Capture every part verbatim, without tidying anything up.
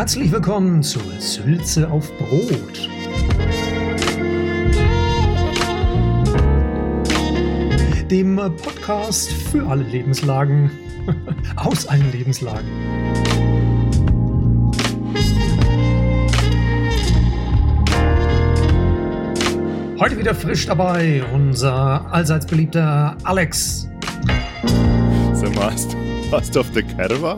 Herzlich willkommen zur Sülze auf Brot. Dem Podcast für alle Lebenslagen, aus allen Lebenslagen. Heute wieder frisch dabei unser allseits beliebter Alex. Sag mal, hast, hast du auf der Kerwa?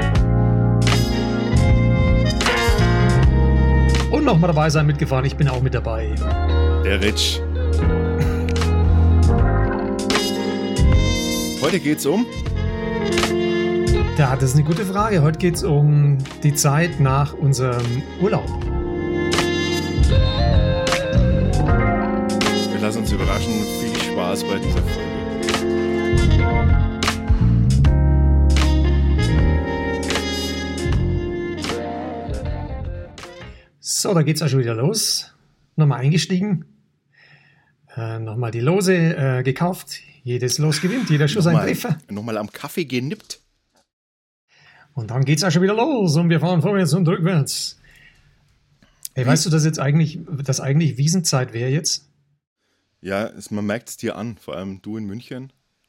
Und nochmal dabei sein, mitgefahren. Ich bin auch mit dabei. Der Rich. Heute geht's um? Ja, das ist eine gute Frage. Heute geht's um die Zeit nach unserem Urlaub. Wir lassen uns überraschen. Viel Spaß bei dieser Folge. So, da geht's auch schon wieder los. Nochmal eingestiegen. Äh, nochmal die Lose äh, gekauft. Jedes Los gewinnt, jeder Schuss ein Treffer. Nochmal am Kaffee genippt. Und dann geht's auch schon wieder los und wir fahren vorwärts und rückwärts. Hey, weißt du, dass jetzt eigentlich, dass eigentlich Wiesenzeit wäre jetzt? Ja, es, man merkt es dir an, vor allem du in München.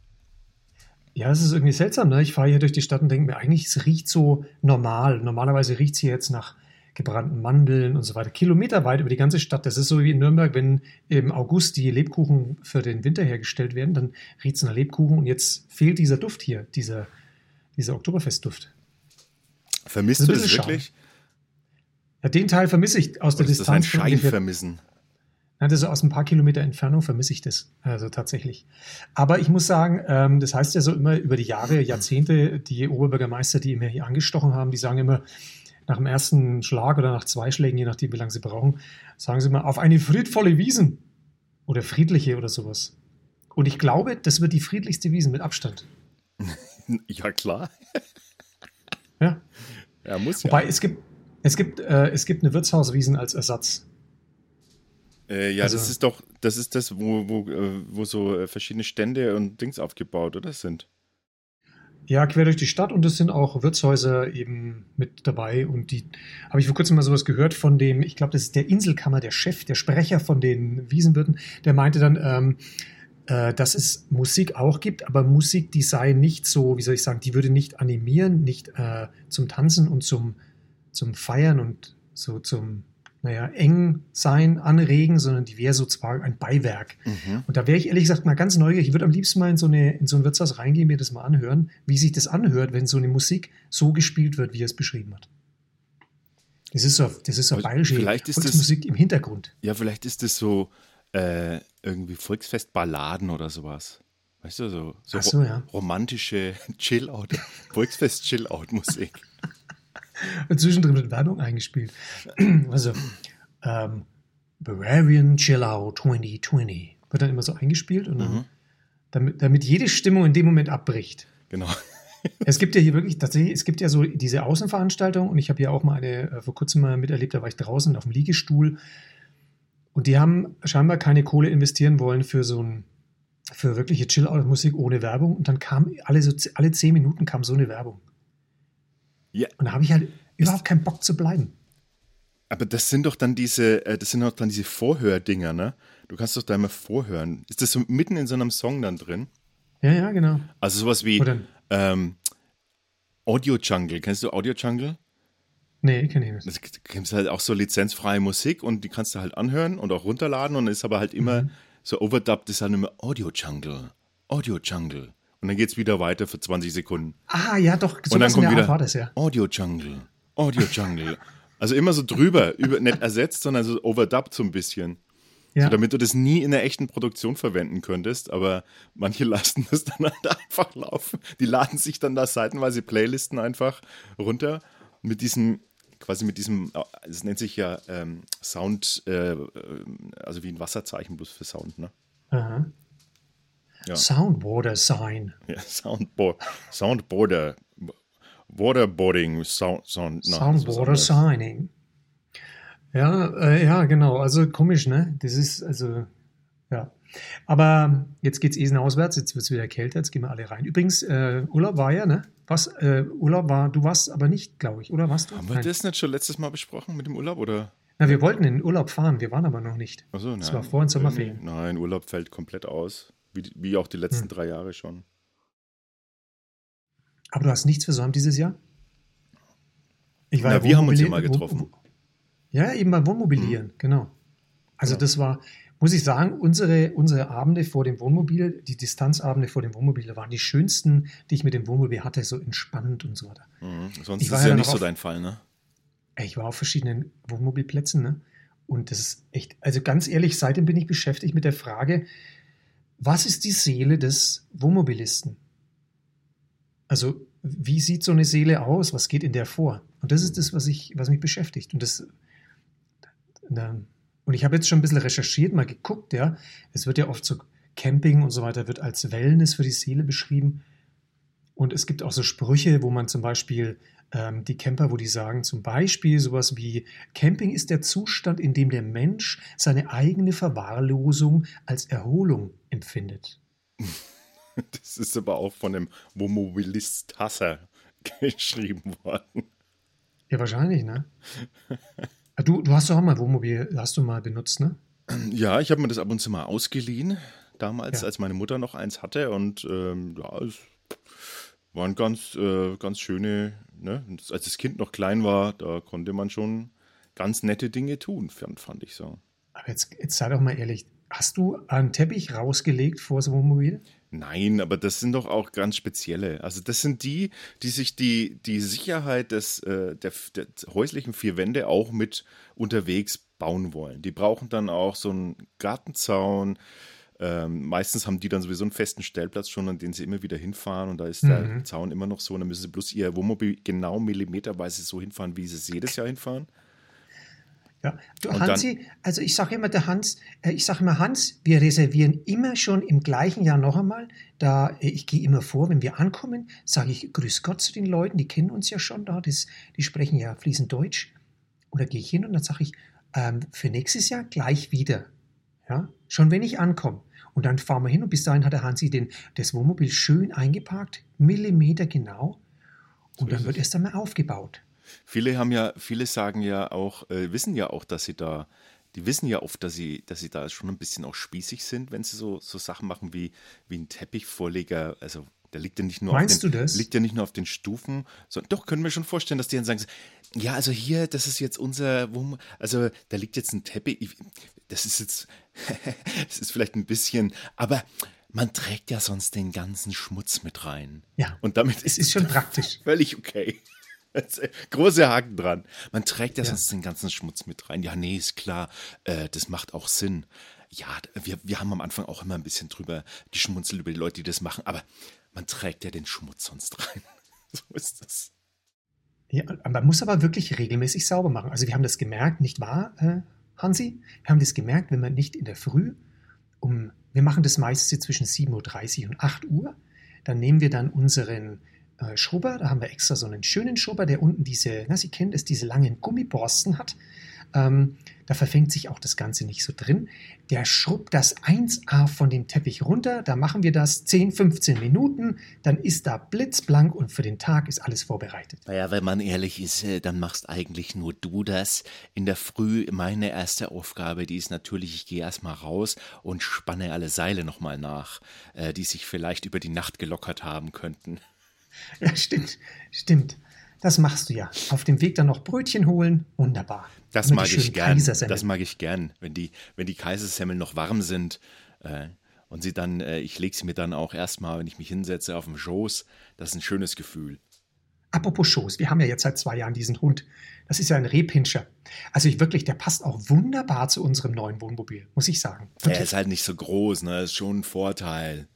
Ja, es ist irgendwie seltsam, ne? Ich fahre hier durch die Stadt und denke mir, eigentlich, es riecht so normal. Normalerweise riecht es hier jetzt nach gebrannten Mandeln und so weiter. Kilometerweit über die ganze Stadt. Das ist so wie in Nürnberg, wenn im August die Lebkuchen für den Winter hergestellt werden, dann riecht es nach Lebkuchen und jetzt fehlt dieser Duft hier, dieser, dieser Oktoberfestduft. Vermisst du das wirklich? Ja, den Teil vermisse ich aus der Oder ist Distanz. Das ist ein Schein vermissen. Ja, das ist aus ein paar Kilometer Entfernung vermisse ich das, also tatsächlich. Aber ich muss sagen, ähm, das heißt ja so immer über die Jahre, Jahrzehnte, die Oberbürgermeister, die immer hier angestochen haben, die sagen immer, nach dem ersten Schlag oder nach zwei Schlägen, je nachdem, wie lange sie brauchen, sagen sie mal, auf eine friedvolle Wiesen oder friedliche oder sowas. Und ich glaube, das wird die friedlichste Wiesen mit Abstand. Ja, klar. Ja. Ja, muss ja. Wobei, es gibt, es gibt, äh, es gibt eine Wirtshauswiesen als Ersatz. Äh, ja, also, das ist doch, das ist das, wo, wo, wo so verschiedene Stände und Dings aufgebaut, oder sind? Ja, quer durch die Stadt und es sind auch Wirtshäuser eben mit dabei und die habe ich vor kurzem mal sowas gehört von dem, ich glaube, das ist der Inselkammer, der Chef, der Sprecher von den Wiesenwirten, der meinte dann, ähm, äh, dass es Musik auch gibt, aber Musik, die sei nicht so, wie soll ich sagen, die würde nicht animieren, nicht äh, zum Tanzen und zum, zum Feiern und so zum, naja, eng sein, anregen, sondern die wäre so zwar ein Beiwerk. Mhm. Und da wäre ich ehrlich gesagt mal ganz neugierig. Ich würde am liebsten mal in so, eine, in so ein Wirtshaus reingehen, mir das mal anhören, wie sich das anhört, wenn so eine Musik so gespielt wird, wie er es beschrieben hat. Das ist so, das ist so bayerische Volksmusik im Hintergrund. Ja, vielleicht ist das so äh, irgendwie Volksfestballaden oder sowas. Weißt du, so, so, so ja. romantische Chill-Out, Volksfest-Chill-Out-Musik. Und zwischendrin wird Werbung eingespielt. Also, ähm, Bavarian Chill Out zwanzig zwanzig wird dann immer so eingespielt und dann, mhm. damit, damit jede Stimmung in dem Moment abbricht. Genau. Es gibt ja hier wirklich, tatsächlich, es gibt ja so diese Außenveranstaltung und ich habe ja auch mal eine, äh, vor kurzem mal miterlebt, da war ich draußen auf dem Liegestuhl und die haben scheinbar keine Kohle investieren wollen für so ein, für wirkliche Chill-Out-Musik ohne Werbung und dann kam alle, so, alle zehn Minuten kam so eine Werbung. Ja. Und da habe ich halt überhaupt keinen Bock zu bleiben. Aber das sind doch dann diese, das sind doch dann diese Vorhördinger, ne? Du kannst doch da immer vorhören. Ist das so mitten in so einem Song dann drin? Ja, ja, genau. Also sowas wie ähm, Audio Jungle. Kennst du Audio Jungle? Nee, kenne ich nicht. Das gibt halt auch so lizenzfreie Musik und die kannst du halt anhören und auch runterladen und ist aber halt immer mhm. so overdubbed, ist halt immer Audio Jungle, Audio Jungle. Und dann geht es wieder weiter für zwanzig Sekunden. Ah, ja, doch. So und dann kommt wieder war das, ja. Audio Jungle, Audio Jungle. Also immer so drüber, über, nicht ersetzt, sondern so overdubbed so ein bisschen. Ja. So, damit du das nie in einer echten Produktion verwenden könntest. Aber manche lassen das dann halt einfach laufen. Die laden sich dann da seitenweise Playlisten einfach runter mit diesem, quasi mit diesem, das nennt sich ja ähm, Sound, äh, also wie ein Wasserzeichen bloß für Sound, ne? Aha. Ja. Soundboarder Sign. Ja, Soundboard, Soundboarder, Waterboarding, Sound, Sound, Soundboarder Signing. Ja, äh, ja, genau. Also komisch, ne? Das ist also Ja. Aber jetzt geht's eh auswärts, jetzt wird's wieder kälter, jetzt gehen wir alle rein. Übrigens, äh, Urlaub war ja, ne? Was? Äh, Urlaub war, du warst aber nicht, glaube ich, oder warst du? Haben wir Nein. das nicht schon letztes Mal besprochen mit dem Urlaub, oder? Na, wir wollten in den Urlaub fahren, wir waren aber noch nicht. Ach so, nein. Das war vor den Sommerferien. Nein, Urlaub fällt komplett aus, wie, wie auch die letzten hm. drei Jahre schon. Aber du hast nichts versäumt dieses Jahr? Ich war Na, ja wir haben uns ja mal getroffen. Wo, wo, ja, eben beim Wohnmobilieren, hm. genau. Also ja. das war, muss ich sagen, unsere, unsere Abende vor dem Wohnmobil, die Distanzabende vor dem Wohnmobil, waren die schönsten, die ich mit dem Wohnmobil hatte, so entspannend und so weiter. Mhm. Sonst ich ist es ja, ja nicht so auf, dein Fall, ne? Ich war auf verschiedenen Wohnmobilplätzen, ne? Und das ist echt, also ganz ehrlich, seitdem bin ich beschäftigt mit der Frage, was ist die Seele des Wohnmobilisten? Also, wie sieht so eine Seele aus? Was geht in der vor? Und das ist das, was ich, was mich beschäftigt. Und das, und ich habe jetzt schon ein bisschen recherchiert, mal geguckt, ja. Es wird ja oft so Camping und so weiter, wird als Wellness für die Seele beschrieben. Und es gibt auch so Sprüche, wo man zum Beispiel ähm, die Camper, wo die sagen, zum Beispiel sowas wie: Camping ist der Zustand, in dem der Mensch seine eigene Verwahrlosung als Erholung empfindet. Das ist aber auch von dem Wohnmobilist Hasser geschrieben worden. Ja, wahrscheinlich, ne? Du, du hast doch auch mal Wohnmobil, hast du mal benutzt, ne? Ja, ich habe mir das ab und zu mal ausgeliehen, damals, ja. als meine Mutter noch eins hatte. Und ähm, ja, es waren ganz, äh, ganz schöne, ne? Als das Kind noch klein war, da konnte man schon ganz nette Dinge tun, fand, fand ich so. Aber jetzt, jetzt sei doch mal ehrlich, hast du einen Teppich rausgelegt vor das Wohnmobil? Nein, aber das sind doch auch ganz spezielle. Also das sind die, die sich die, die Sicherheit des, äh, der, der häuslichen vier Wände auch mit unterwegs bauen wollen. Die brauchen dann auch so einen Gartenzaun. Ähm, meistens haben die dann sowieso einen festen Stellplatz schon, an den sie immer wieder hinfahren. Und da ist mhm. der Zaun immer noch so. Und dann müssen sie bloß ihr Wohnmobil genau millimeterweise so hinfahren, wie sie es jedes Jahr hinfahren. Ja, du, Hansi, dann, also ich sage immer, der Hans, äh, ich sage immer, Hans, wir reservieren immer schon im gleichen Jahr noch einmal. Da, äh, ich gehe immer vor, wenn wir ankommen, sage ich Grüß Gott zu den Leuten, die kennen uns ja schon da, das, die sprechen ja fließend Deutsch. Oder gehe ich hin und dann sage ich, ähm, für nächstes Jahr gleich wieder. Ja, schon wenn ich ankomme. Und dann fahren wir hin und bis dahin hat der Hansi den, das Wohnmobil schön eingeparkt, Millimeter genau. Und so dann wird es dann mal aufgebaut. Viele haben ja, viele sagen ja auch, äh, wissen ja auch, dass sie da, die wissen ja oft, dass sie, dass sie da schon ein bisschen auch spießig sind, wenn sie so, so Sachen machen wie, wie ein Teppichvorleger. Also der liegt ja nicht nur Meinst auf den, du das? liegt ja nicht nur auf den Stufen, sondern doch können wir schon vorstellen, dass die dann sagen, ja, also hier, das ist jetzt unser, Wohn- also da liegt jetzt ein Teppich. Das ist jetzt, das ist vielleicht ein bisschen, aber man trägt ja sonst den ganzen Schmutz mit rein. Ja. Und damit es ist schon praktisch. Völlig okay. Große Haken dran. Man trägt ja, ja sonst den ganzen Schmutz mit rein. Ja, nee, ist klar, äh, das macht auch Sinn. Ja, wir, wir haben am Anfang auch immer ein bisschen drüber geschmunzelt über die Leute, die das machen, aber man trägt ja den Schmutz sonst rein. So ist das. Ja, man muss aber wirklich regelmäßig sauber machen. Also wir haben das gemerkt, nicht wahr, äh, Hansi? Wir haben das gemerkt, wenn man nicht in der Früh um, wir machen das meistens zwischen sieben Uhr dreißig und acht Uhr, dann nehmen wir dann unseren Schrubber, da haben wir extra so einen schönen Schrubber, der unten diese, na, Sie kennen das, diese langen Gummiborsten hat. Ähm, da verfängt sich auch das Ganze nicht so drin. Der schrubbt das eins A von dem Teppich runter, da machen wir das zehn, fünfzehn Minuten, dann ist da blitzblank und für den Tag ist alles vorbereitet. Naja, wenn man ehrlich ist, dann machst eigentlich nur du das. In der Früh meine erste Aufgabe, die ist natürlich, ich gehe erstmal raus und spanne alle Seile nochmal nach, die sich vielleicht über die Nacht gelockert haben könnten. Ja, stimmt, stimmt. Das machst du ja. Auf dem Weg dann noch Brötchen holen, wunderbar. Das mag ich gern. Das mag ich gern, wenn die, wenn die Kaisersemmeln noch warm sind äh, und sie dann, äh, ich lege sie mir dann auch erstmal, wenn ich mich hinsetze, auf dem Schoß. Das ist ein schönes Gefühl. Apropos Schoß, wir haben ja jetzt seit zwei Jahren diesen Hund. Das ist ja ein Rehpinscher. Also ich wirklich, der passt auch wunderbar zu unserem neuen Wohnmobil, muss ich sagen. Wirklich. Er ist halt nicht so groß, ne? Das ist schon ein Vorteil.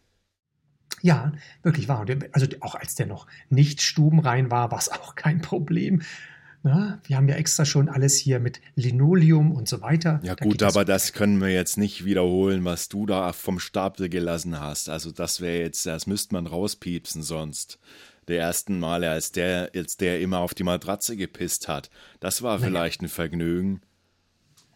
Ja, wirklich wahr. Also auch als der noch nicht stubenrein war, war es auch kein Problem. Na, wir haben ja extra schon alles hier mit Linoleum und so weiter. Ja gut, aber das können wir jetzt nicht wiederholen, was du da vom Stapel gelassen hast. Also das wäre jetzt, das müsste man rauspiepsen sonst. Der ersten Male, als der, als der immer auf die Matratze gepisst hat. Das war vielleicht naja. ein Vergnügen.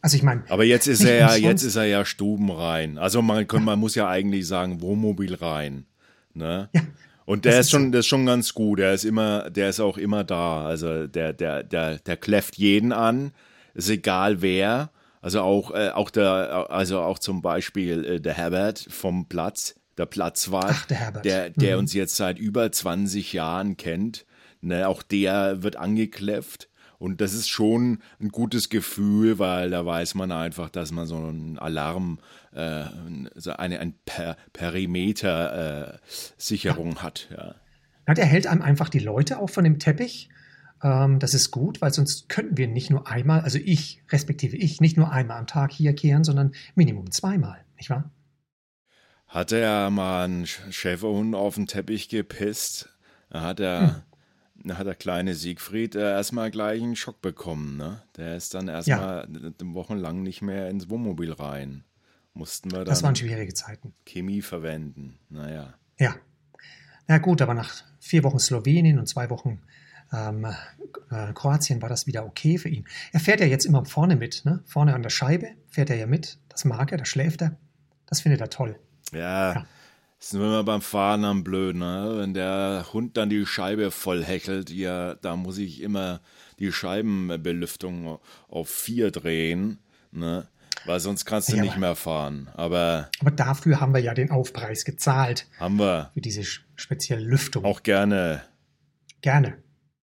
Also ich meine. Aber jetzt ist er ja, jetzt ist er ja stubenrein. Also man, kann, man muss ja eigentlich sagen, Wohnmobil rein. Ne? Ja. Und der ist, ist schon, so. Das ist schon ganz gut. Der ist immer, der ist auch immer da. Also der, der, der, der kläfft jeden an. Ist egal wer. Also auch, äh, auch der, also auch zum Beispiel äh, der Herbert vom Platz, der Platzwart, Ach, der, Herbert. der, der mhm. uns jetzt seit über zwanzig Jahren kennt. Ne? Auch der wird angekläfft. Und das ist schon ein gutes Gefühl, weil da weiß man einfach, dass man so einen Alarm, äh, so eine ein per Perimeter-Sicherung äh, hat. Ja. Ja, der hält einem einfach die Leute auch von dem Teppich. Ähm, das ist gut, weil sonst könnten wir nicht nur einmal, also ich, respektive ich, nicht nur einmal am Tag hier kehren, sondern Minimum zweimal, nicht wahr? Hatte er mal einen Schäferhund auf den Teppich gepisst, da hat er... Hm. Da hat der kleine Siegfried äh, erstmal gleich einen Schock bekommen. Ne? Der ist dann erstmal ja. wochenlang nicht mehr ins Wohnmobil rein. Mussten wir dann das waren schwierige Zeiten. Chemie verwenden. Naja. Ja. Na gut, aber nach vier Wochen Slowenien und zwei Wochen ähm, äh, Kroatien war das wieder okay für ihn. Er fährt ja jetzt immer vorne mit. Ne? Vorne an der Scheibe fährt er ja mit. Das mag er, da schläft er. Das findet er toll. Ja. ja. Das ist immer beim Fahren am Blöd, ne? Wenn der Hund dann die Scheibe voll hechelt, ja, da muss ich immer die Scheibenbelüftung auf vier drehen, ne? Weil sonst kannst du ja, nicht aber, mehr fahren. Aber, aber dafür haben wir ja den Aufpreis gezahlt. Haben wir. Für diese spezielle Lüftung. Auch gerne. Gerne.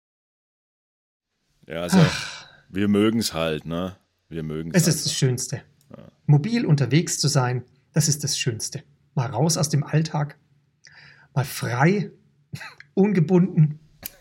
Ja, also Ach. wir mögen es halt, ne? Wir mögen es. Es ist das Schönste. Ja. Mobil unterwegs zu sein, das ist das Schönste. Mal raus aus dem Alltag, mal frei, ungebunden,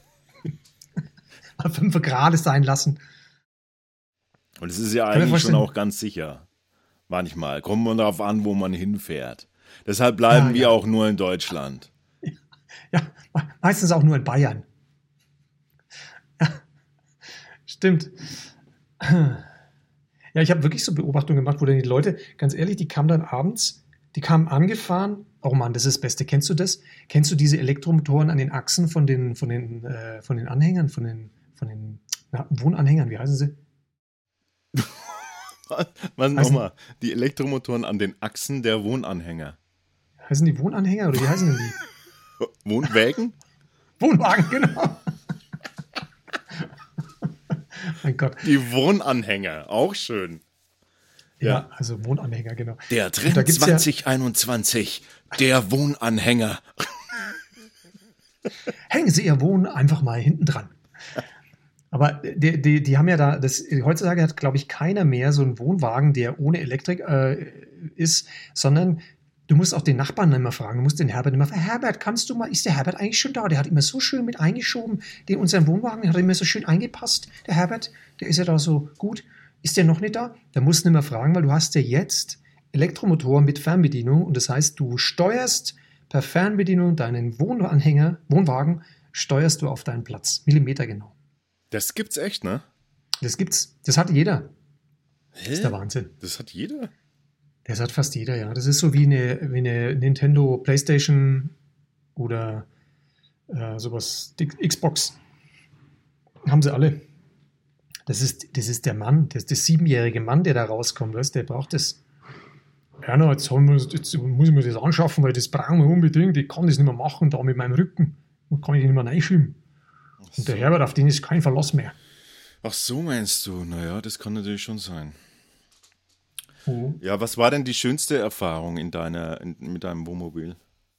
mal fünf Grad sein lassen. Und es ist ja eigentlich schon auch ganz sicher. Manchmal. Kommt man darauf an, wo man hinfährt. Deshalb bleiben ja, wir ja. auch nur in Deutschland. Ja, ja, meistens auch nur in Bayern. Ja, stimmt. Ja, ich habe wirklich so Beobachtungen gemacht, wo dann die Leute, ganz ehrlich, die kamen dann abends, die kamen angefahren. Oh Mann, das ist das Beste. Kennst du das? Kennst du diese Elektromotoren an den Achsen von den, von den, äh, von den Anhängern, von den, von den na, Wohnanhängern? Wie heißen sie? Was nochmal? Die Elektromotoren an den Achsen der Wohnanhänger. Heißen die Wohnanhänger oder wie heißen denn die? Wohnwägen? Wohnwagen, genau. Mein Gott. Die Wohnanhänger, auch schön. Ja, ja, also Wohnanhänger, genau. Der Trend zwanzig einundzwanzig, ja, der Wohnanhänger. Hängen Sie Ihr Wohnen einfach mal hinten dran. Aber die, die, die haben ja da, das, heutzutage hat, glaube ich, keiner mehr so einen Wohnwagen, der ohne Elektrik äh, ist, sondern du musst auch den Nachbarn immer fragen. Du musst den Herbert immer fragen, Herbert, kannst du mal, ist der Herbert eigentlich schon da? Der hat immer so schön mit eingeschoben, den unseren Wohnwagen, der hat immer so schön eingepasst. Der Herbert, der ist ja da so gut. Ist der noch nicht da? Da musst du nicht mehr fragen, weil du hast ja jetzt Elektromotor mit Fernbedienung und das heißt, du steuerst per Fernbedienung deinen Wohnanhänger, Wohnwagen, steuerst du auf deinen Platz, millimetergenau. Das gibt's echt, ne? Das gibt's. Das hat jeder. Hä? Das ist der Wahnsinn. Das hat jeder? Das hat fast jeder, ja. Das ist so wie eine, wie eine Nintendo, Playstation oder äh, sowas, die Xbox. Haben sie alle. Das ist, das ist der Mann, das ist der siebenjährige Mann, der da rauskommt, weißt, der braucht das. Ja, na, jetzt, wir, jetzt muss ich mir das anschaffen, weil das brauchen wir unbedingt. Ich kann das nicht mehr machen, da mit meinem Rücken. Man kann ich nicht mehr reinschieben. Und der Herbert, auf den ist kein Verlass mehr. Ach so, meinst du? Naja, das kann natürlich schon sein. Oh. Ja, was war denn die schönste Erfahrung in deiner, in, mit deinem Wohnmobil?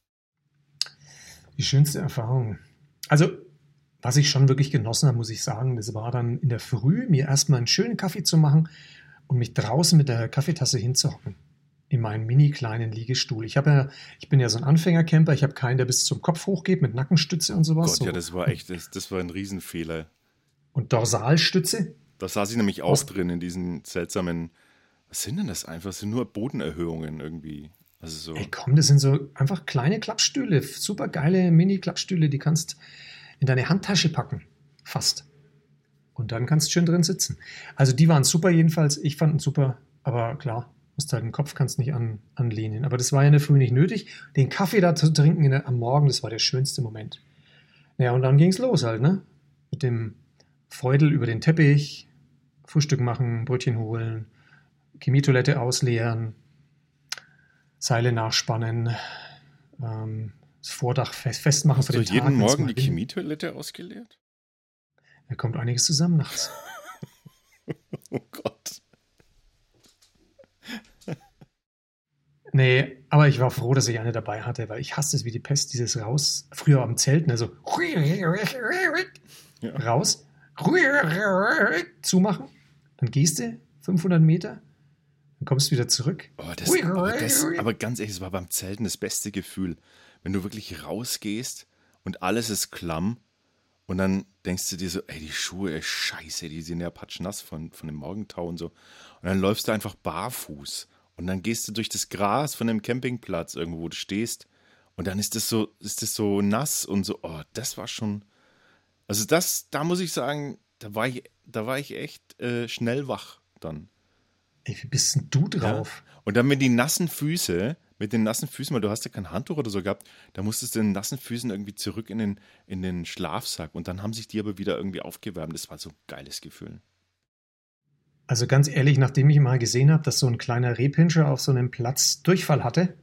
Die schönste Erfahrung? Also, was ich schon wirklich genossen habe, muss ich sagen, das war dann in der Früh, mir erstmal einen schönen Kaffee zu machen und mich draußen mit der Kaffeetasse hinzuhocken. In meinen mini kleinen Liegestuhl. Ich, ja, ich bin ja so ein Anfängercamper, ich habe keinen, der bis zum Kopf hochgeht mit Nackenstütze und sowas. Gott, so. Ja, das war echt, das, das war ein Riesenfehler. Und Dorsalstütze. Da saß ich nämlich auch was? drin in diesen seltsamen, was sind denn das einfach? Das sind nur Bodenerhöhungen irgendwie. Also so. Ey komm, das sind so einfach kleine Klappstühle, super geile Mini-Klappstühle, die kannst in deine Handtasche packen, fast. Und dann kannst du schön drin sitzen. Also die waren super jedenfalls, ich fand es super, aber klar, musst halt den Kopf kannst nicht an, anlehnen. Aber das war ja in der Früh nicht nötig. Den Kaffee da zu trinken in der, am Morgen, das war der schönste Moment. Ja, und dann ging es los halt, ne? Mit dem Feudel über den Teppich, Frühstück machen, Brötchen holen, Chemietoilette ausleeren, Seile nachspannen, ähm, das Vordach fest, festmachen für den Tag. Hast du jeden Morgen die Chemietoilette ausgeleert? Da kommt einiges zusammen nachts. Oh Gott. Nee, aber ich war froh, dass ich eine dabei hatte, weil ich hasse es wie die Pest, dieses raus, früher am Zelten, also ja. raus, zumachen, dann gehst du fünfhundert Meter, dann kommst du wieder zurück. Oh, das, aber, das, aber ganz ehrlich, das war beim Zelten das beste Gefühl, wenn du wirklich rausgehst und alles ist klamm und dann denkst du dir so, ey, die Schuhe, ey, scheiße, die sind ja patschnass von, von dem Morgentau und so. Und dann läufst du einfach barfuß. Und dann gehst du durch das Gras von dem Campingplatz irgendwo, wo du stehst. Und dann ist das so, ist das so nass und so, oh, das war schon, also das, da muss ich sagen, da war ich, da war ich echt äh, schnell wach dann. Ey, wie bist denn du drauf? Ja? Und dann mit den nassen Füße, mit den nassen Füßen, weil du hast ja kein Handtuch oder so gehabt, da musstest du mit den nassen Füßen irgendwie zurück in den, in den Schlafsack. Und dann haben sich die aber wieder irgendwie aufgewärmt. Das war so ein geiles Gefühl. Also ganz ehrlich, nachdem ich mal gesehen habe, dass so ein kleiner Rehpinscher auf so einem Platz Durchfall hatte,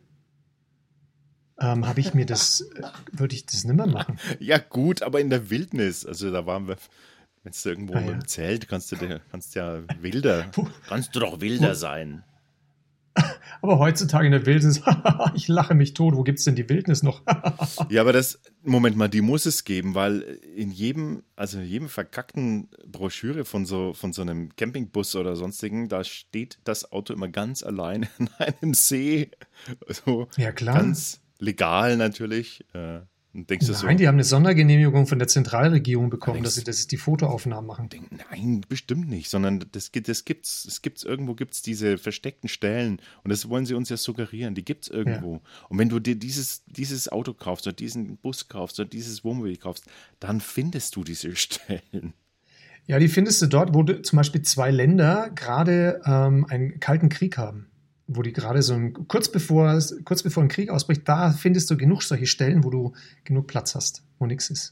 ähm, habe ich mir das, äh, würde ich das nicht mehr machen. Ja gut, aber in der Wildnis, also da waren wir, wenn du irgendwo ah, ja. im Zelt, kannst du kannst ja wilder, kannst du doch wilder sein. Aber heutzutage in der Wildnis, ich lache mich tot, wo gibt es denn die Wildnis noch? Ja, aber das, Moment mal, die muss es geben, weil in jedem, also in jedem verkackten Broschüre von so, von so einem Campingbus oder sonstigen, da steht das Auto immer ganz allein in einem See. Also ja, klar. Ganz legal natürlich. Äh, Und denkst Nein, du so, die haben eine Sondergenehmigung von der Zentralregierung bekommen, denkst, dass sie das die Fotoaufnahmen machen. Denk, nein, bestimmt nicht, sondern das, das gibt's, es gibt's irgendwo gibt's diese versteckten Stellen und das wollen sie uns ja suggerieren, die gibt's irgendwo. Ja. Und wenn du dir dieses, dieses Auto kaufst oder diesen Bus kaufst oder dieses Wohnmobil kaufst, dann findest du diese Stellen. Ja, die findest du dort, wo du, zum Beispiel zwei Länder gerade ähm, einen kalten Krieg haben. Wo die gerade so ein, kurz bevor, kurz bevor ein Krieg ausbricht, da findest du genug solche Stellen, wo du genug Platz hast, wo nichts ist.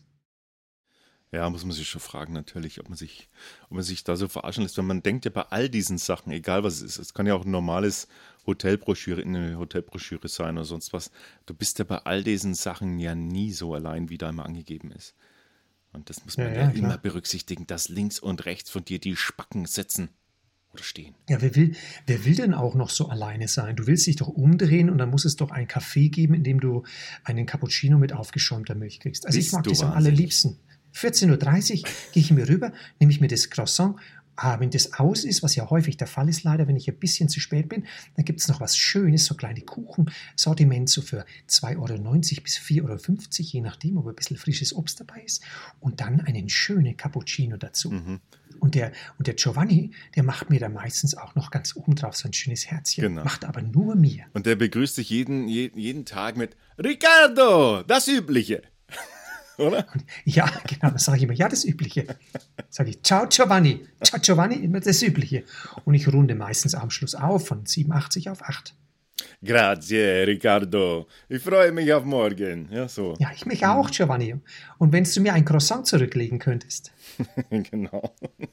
Ja, muss man sich schon fragen natürlich, ob man sich, ob man sich da so verarschen lässt. Weil man denkt ja bei all diesen Sachen, egal was es ist, es kann ja auch ein normales Hotelbroschüre, eine Hotelbroschüre sein oder sonst was. Du bist ja bei all diesen Sachen ja nie so allein, wie da immer angegeben ist. Und das muss man ja, ja, ja immer berücksichtigen, dass links und rechts von dir die Spacken sitzen. Stehen. Ja, wer will, wer will denn auch noch so alleine sein? Du willst dich doch umdrehen und dann muss es doch ein Café geben, in dem du einen Cappuccino mit aufgeschäumter Milch kriegst. Also Bist ich mag das am allerliebsten. vierzehn Uhr dreißig gehe ich mir rüber, nehme ich mir das Croissant. Ah, wenn das aus ist, was ja häufig der Fall ist, leider, wenn ich ein bisschen zu spät bin, dann gibt es noch was Schönes, so kleine Kuchen-Sortiment, so für zwei Euro neunzig bis vier Euro fünfzig, je nachdem, ob ein bisschen frisches Obst dabei ist. Und dann einen schönen Cappuccino dazu. Mhm. Und, der, und der Giovanni, der macht mir da meistens auch noch ganz oben drauf so ein schönes Herzchen. Genau. Macht aber nur mir. Und der begrüßt dich jeden, jeden, jeden Tag mit Ricardo, das Übliche. Oder? Und ja, genau, das sage ich immer. Ja, das Übliche. Sage ich, ciao Giovanni. Ciao Giovanni, immer das Übliche. Und ich runde meistens am Schluss auf von siebenundachtzig auf acht. Grazie, Ricardo. Ich freue mich auf morgen. Ja, so. Ja, ich mich auch, Giovanni. Und wenn du mir ein Croissant zurücklegen könntest. Genau.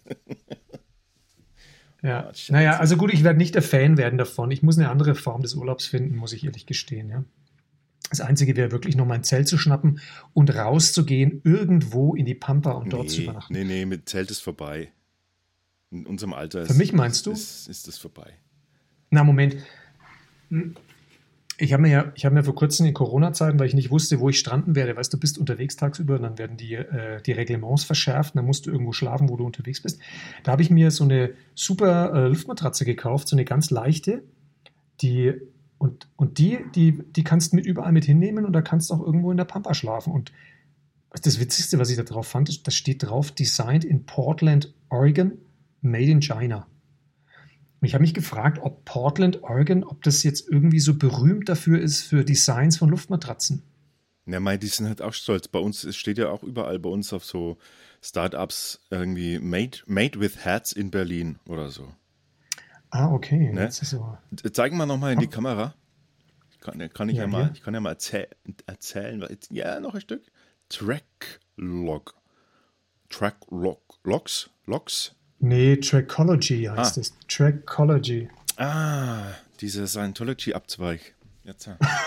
Ja, naja, also gut, ich werde nicht der Fan werden davon. Ich muss eine andere Form des Urlaubs finden, muss ich ehrlich gestehen, ja. Das Einzige wäre wirklich noch mal ein Zelt zu schnappen und rauszugehen, irgendwo in die Pampa und dort nee, zu übernachten. Nee, nee, mit Zelt ist vorbei. In unserem Alter ist, Für mich meinst du? Ist, ist das vorbei. Na, Moment. Ich habe mir ja, ich habe mir vor kurzem in Corona-Zeiten, weil ich nicht wusste, wo ich stranden werde, weißt du, bist unterwegs tagsüber, dann werden die, äh, die Reglements verschärft, dann musst du irgendwo schlafen, wo du unterwegs bist. Da habe ich mir so eine super äh, Luftmatratze gekauft, so eine ganz leichte, die Und, und die, die, die kannst du mit überall mit hinnehmen und da kannst du auch irgendwo in der Pampa schlafen. Und das Witzigste, was ich da drauf fand, das steht drauf, designed in Portland, Oregon, made in China. Und ich habe mich gefragt, ob Portland, Oregon, ob das jetzt irgendwie so berühmt dafür ist für Designs von Luftmatratzen. Ja, mein, die sind halt auch stolz. Bei uns, es steht ja auch überall bei uns auf so Startups irgendwie made, made with Hats in Berlin oder so. Ah, okay. Ne? Das ist so. Zeigen wir nochmal in die Kamera. Kann, kann ich, ja, ja mal, ja. ich kann ja mal erzähl, erzählen. Ja, noch ein Stück. Tracklog. Tracklog. Logs? Logs? Nee, Trackology heißt ah. es. Trackology. Ah, dieser Scientology-Abzweig. Jetzt.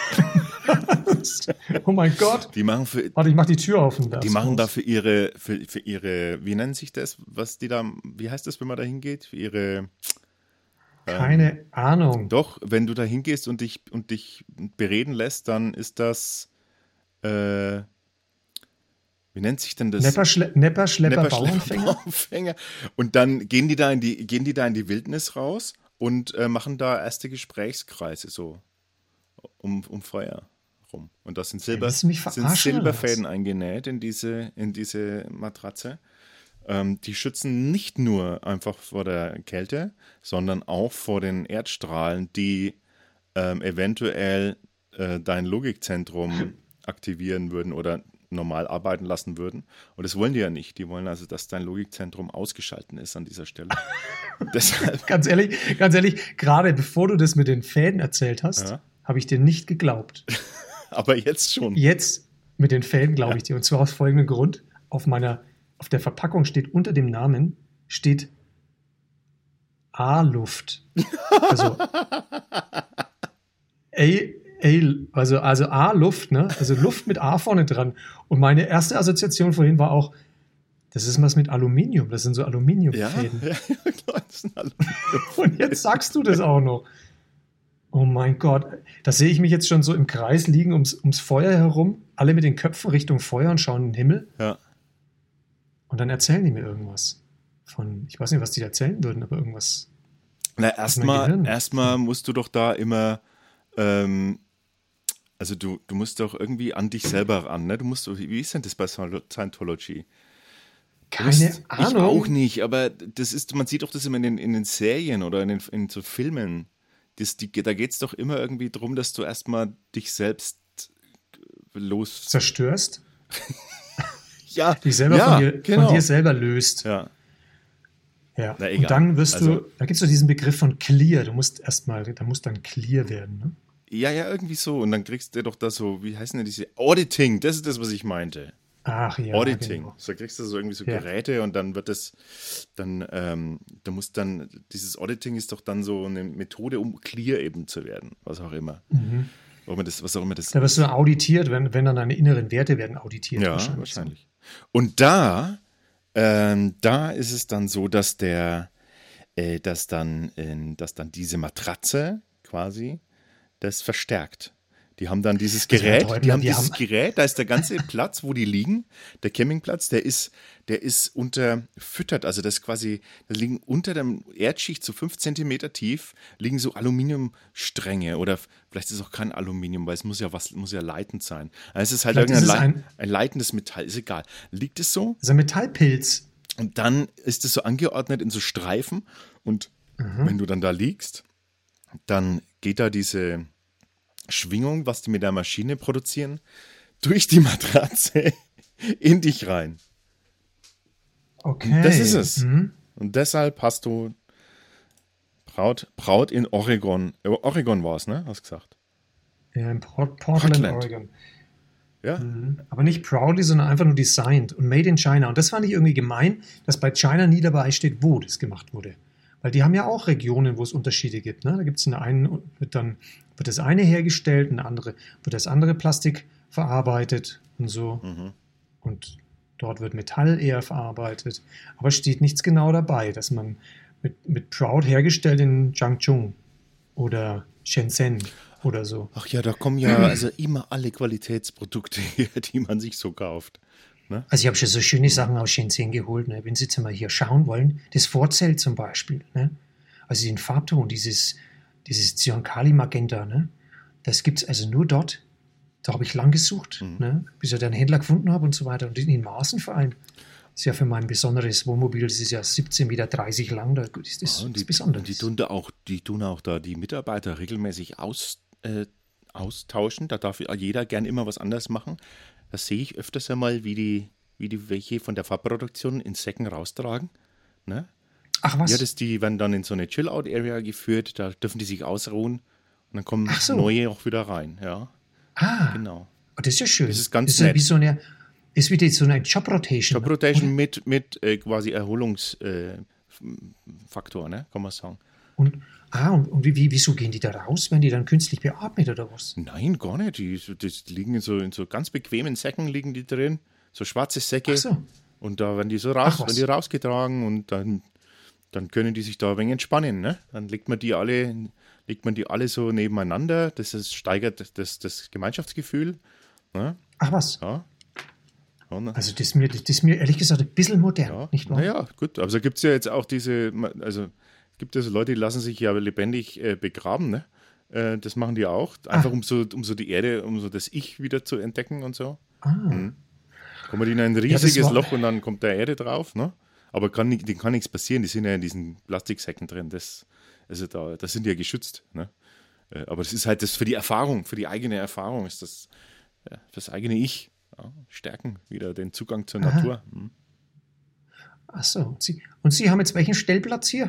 Oh mein Gott. Die machen für, Warte, ich mach die Tür auf. Die machen raus. da für ihre, für, für ihre, wie nennt sich das, was die da, wie heißt das, wenn man da hingeht? Für ihre Keine ähm, Ahnung. Doch, wenn du da hingehst und dich, und dich bereden lässt, dann ist das, äh, wie nennt sich denn das? Nepper, Schle- Nepper Schlepper, Nepper, Bauernfänger? Schlepper, Bauernfänger. Und dann gehen die da in die, gehen die da in die Wildnis raus und äh, machen da erste Gesprächskreise so um, um Feuer rum. Und das sind, Silber, das mich sind Silberfäden eingenäht in diese, in diese Matratze. Ähm, die schützen nicht nur einfach vor der Kälte, sondern auch vor den Erdstrahlen, die ähm, eventuell äh, dein Logikzentrum aktivieren würden oder normal arbeiten lassen würden. Und das wollen die ja nicht. Die wollen also, dass dein Logikzentrum ausgeschalten ist an dieser Stelle. Deshalb. Ganz ehrlich, ganz ehrlich, gerade bevor du das mit den Fäden erzählt hast, ja. habe ich dir nicht geglaubt. Aber jetzt schon. Jetzt mit den Fäden glaube ja. ich dir. Und zwar aus folgendem Grund. Auf meiner, auf der Verpackung steht unter dem Namen, steht A-Luft. Also A, A, also, also A-Luft, ne? Also Luft mit A vorne dran. Und meine erste Assoziation vorhin war auch, das ist was mit Aluminium. Das sind so Aluminiumfäden. Ja, ja, klar, das sind Aluminium. Und jetzt sagst du das auch noch. Oh mein Gott. Da sehe ich mich jetzt schon so im Kreis liegen ums, ums Feuer herum. Alle mit den Köpfen Richtung Feuer und schauen in den Himmel. Ja. Und dann erzählen die mir irgendwas. Von, ich weiß nicht, was die erzählen würden, aber irgendwas. Na, erstmal erstmal musst du doch da immer, ähm, also du, du musst doch irgendwie an dich selber ran, ne? Du musst, wie ist denn das bei Scientology? Keine musst, Ahnung. Ich auch nicht, aber das ist, man sieht doch das immer in den, in den Serien oder in, den, in so Filmen. Das, die, da geht es doch immer irgendwie darum, dass du erstmal dich selbst los... Zerstörst? Ja, dich selber ja, von, dir, genau. von dir selber löst. Ja. Ja. Na, und dann wirst also, du, da gibt es so diesen Begriff von clear. Du musst erstmal, da muss dann clear werden, ne? Ja, ja, irgendwie so. Und dann kriegst du doch da so, wie heißen denn diese Auditing, das ist das, was ich meinte. Ach ja. Auditing. Genau. So kriegst du so irgendwie so ja. Geräte und dann wird das, dann, ähm, da muss dann, dieses Auditing ist doch dann so eine Methode, um clear eben zu werden, was auch immer. Mhm. Was auch immer das, was auch immer das da wirst du auditiert, wenn, wenn dann deine inneren Werte werden auditiert. Ja, wahrscheinlich. wahrscheinlich. Und da, ähm, da ist es dann so, dass der, äh, dass dann, äh, dass dann diese Matratze quasi das verstärkt. Die haben dann dieses Gerät, die haben dieses haben Gerät, da ist der ganze Platz, wo die liegen, der Campingplatz, der ist, der ist unterfüttert, also das ist quasi, da liegen unter der Erdschicht so fünf Zentimeter tief, liegen so Aluminiumstränge oder vielleicht ist es auch kein Aluminium, weil es muss ja was, muss ja leitend sein. Also es ist halt vielleicht irgendein ist es Leit- ein, ein leitendes Metall, ist egal. Liegt es so? Das ist ein Metallpilz. Und dann ist es so angeordnet in so Streifen und mhm. wenn du dann da liegst, dann geht da diese Schwingung, was die mit der Maschine produzieren, durch die Matratze in dich rein. Okay. Und das ist es. Mhm. Und deshalb hast du Braut, Braut in Oregon. Oregon war es, ne? Hast du gesagt? Ja, in Port- Portland, Portland, Oregon. Ja. Mhm. Aber nicht proudly, sondern einfach nur designed und made in China. Und das fand ich irgendwie gemein, dass bei China nie dabei steht, wo das gemacht wurde. Weil die haben ja auch Regionen, wo es Unterschiede gibt. Ne? Da gibt es in der einen, wird dann wird das eine hergestellt, in der andere wird das andere Plastik verarbeitet und so. Mhm. Und dort wird Metall eher verarbeitet. Aber steht nichts genau dabei, dass man mit, mit Proud hergestellt in Changchun oder Shenzhen oder so. Ach ja, da kommen ja also immer alle Qualitätsprodukte her, die man sich so kauft. Ne? Also ich habe schon so schöne Sachen aus Shenzhen geholt, ne? Wenn Sie jetzt mal hier schauen wollen, das Vorzelt zum Beispiel, ne? Also den Farbton, dieses, dieses Zyankali Magenta, ne? Das gibt es also nur dort. Da habe ich lang gesucht, mhm. ne? Bis ich dann einen Händler gefunden habe und so weiter. Und in den Maßen vor allem. Das ist ja für mein besonderes Wohnmobil, das ist ja siebzehn Meter dreißig lang, da ist das, ja, das die, Besonderes. Die tun, da auch, die tun auch da die Mitarbeiter regelmäßig aus, äh, austauschen. Da darf jeder gern immer was anderes machen. Das sehe ich öfters einmal, wie die, wie die welche von der Farbproduktion in Säcken raustragen. Ne? Ach was? Ja, das, die werden dann in so eine Chill-Out-Area geführt, da dürfen die sich ausruhen und dann kommen so. neue auch wieder rein. Ja. Ah, genau. Oh, das ist ja schön. Das ist ganz das ist nett. Wie so eine, ist wie so eine Job-Rotation. Job-Rotation mit, mit äh, quasi Erholungsfaktor, äh, ne? Kann man sagen. Und, ah, und, und wie, wieso gehen die da raus? Werden die dann künstlich beatmet oder was? Nein, gar nicht. Die, die liegen in so, in so ganz bequemen Säcken liegen die drin. So schwarze Säcke. Ach so. Und da werden die so raus, Ach, was? werden die rausgetragen und dann, dann können die sich da ein wenig entspannen. Ne? Dann legt man die alle, legt man die alle so nebeneinander. Das ist, steigert das, das Gemeinschaftsgefühl. Ne? Ach was? Ja. Ja, ne? Also das ist, mir, das ist mir ehrlich gesagt ein bisschen modern, Ja, nicht wahr? naja, gut. Aber da gibt es ja jetzt auch diese, also es gibt ja so Leute, die lassen sich ja lebendig äh, begraben, ne? Äh, das machen die auch. Einfach Ah. um so, um so die Erde, um so das Ich wieder zu entdecken und so. Ah. Mhm. Kommen die in ein das riesiges war- Loch und dann kommt da Erde drauf, ne? Aber kann, nicht- denen kann nichts passieren, die sind ja in diesen Plastiksäcken drin. Das, also da, das sind die ja geschützt, ne? Äh, Aber das ist halt das für die Erfahrung, für die eigene Erfahrung ist das, ja, das eigene Ich. Ja, stärken wieder den Zugang zur Aha. Natur. Mhm. Ach so. Und Sie, und Sie haben jetzt welchen Stellplatz hier?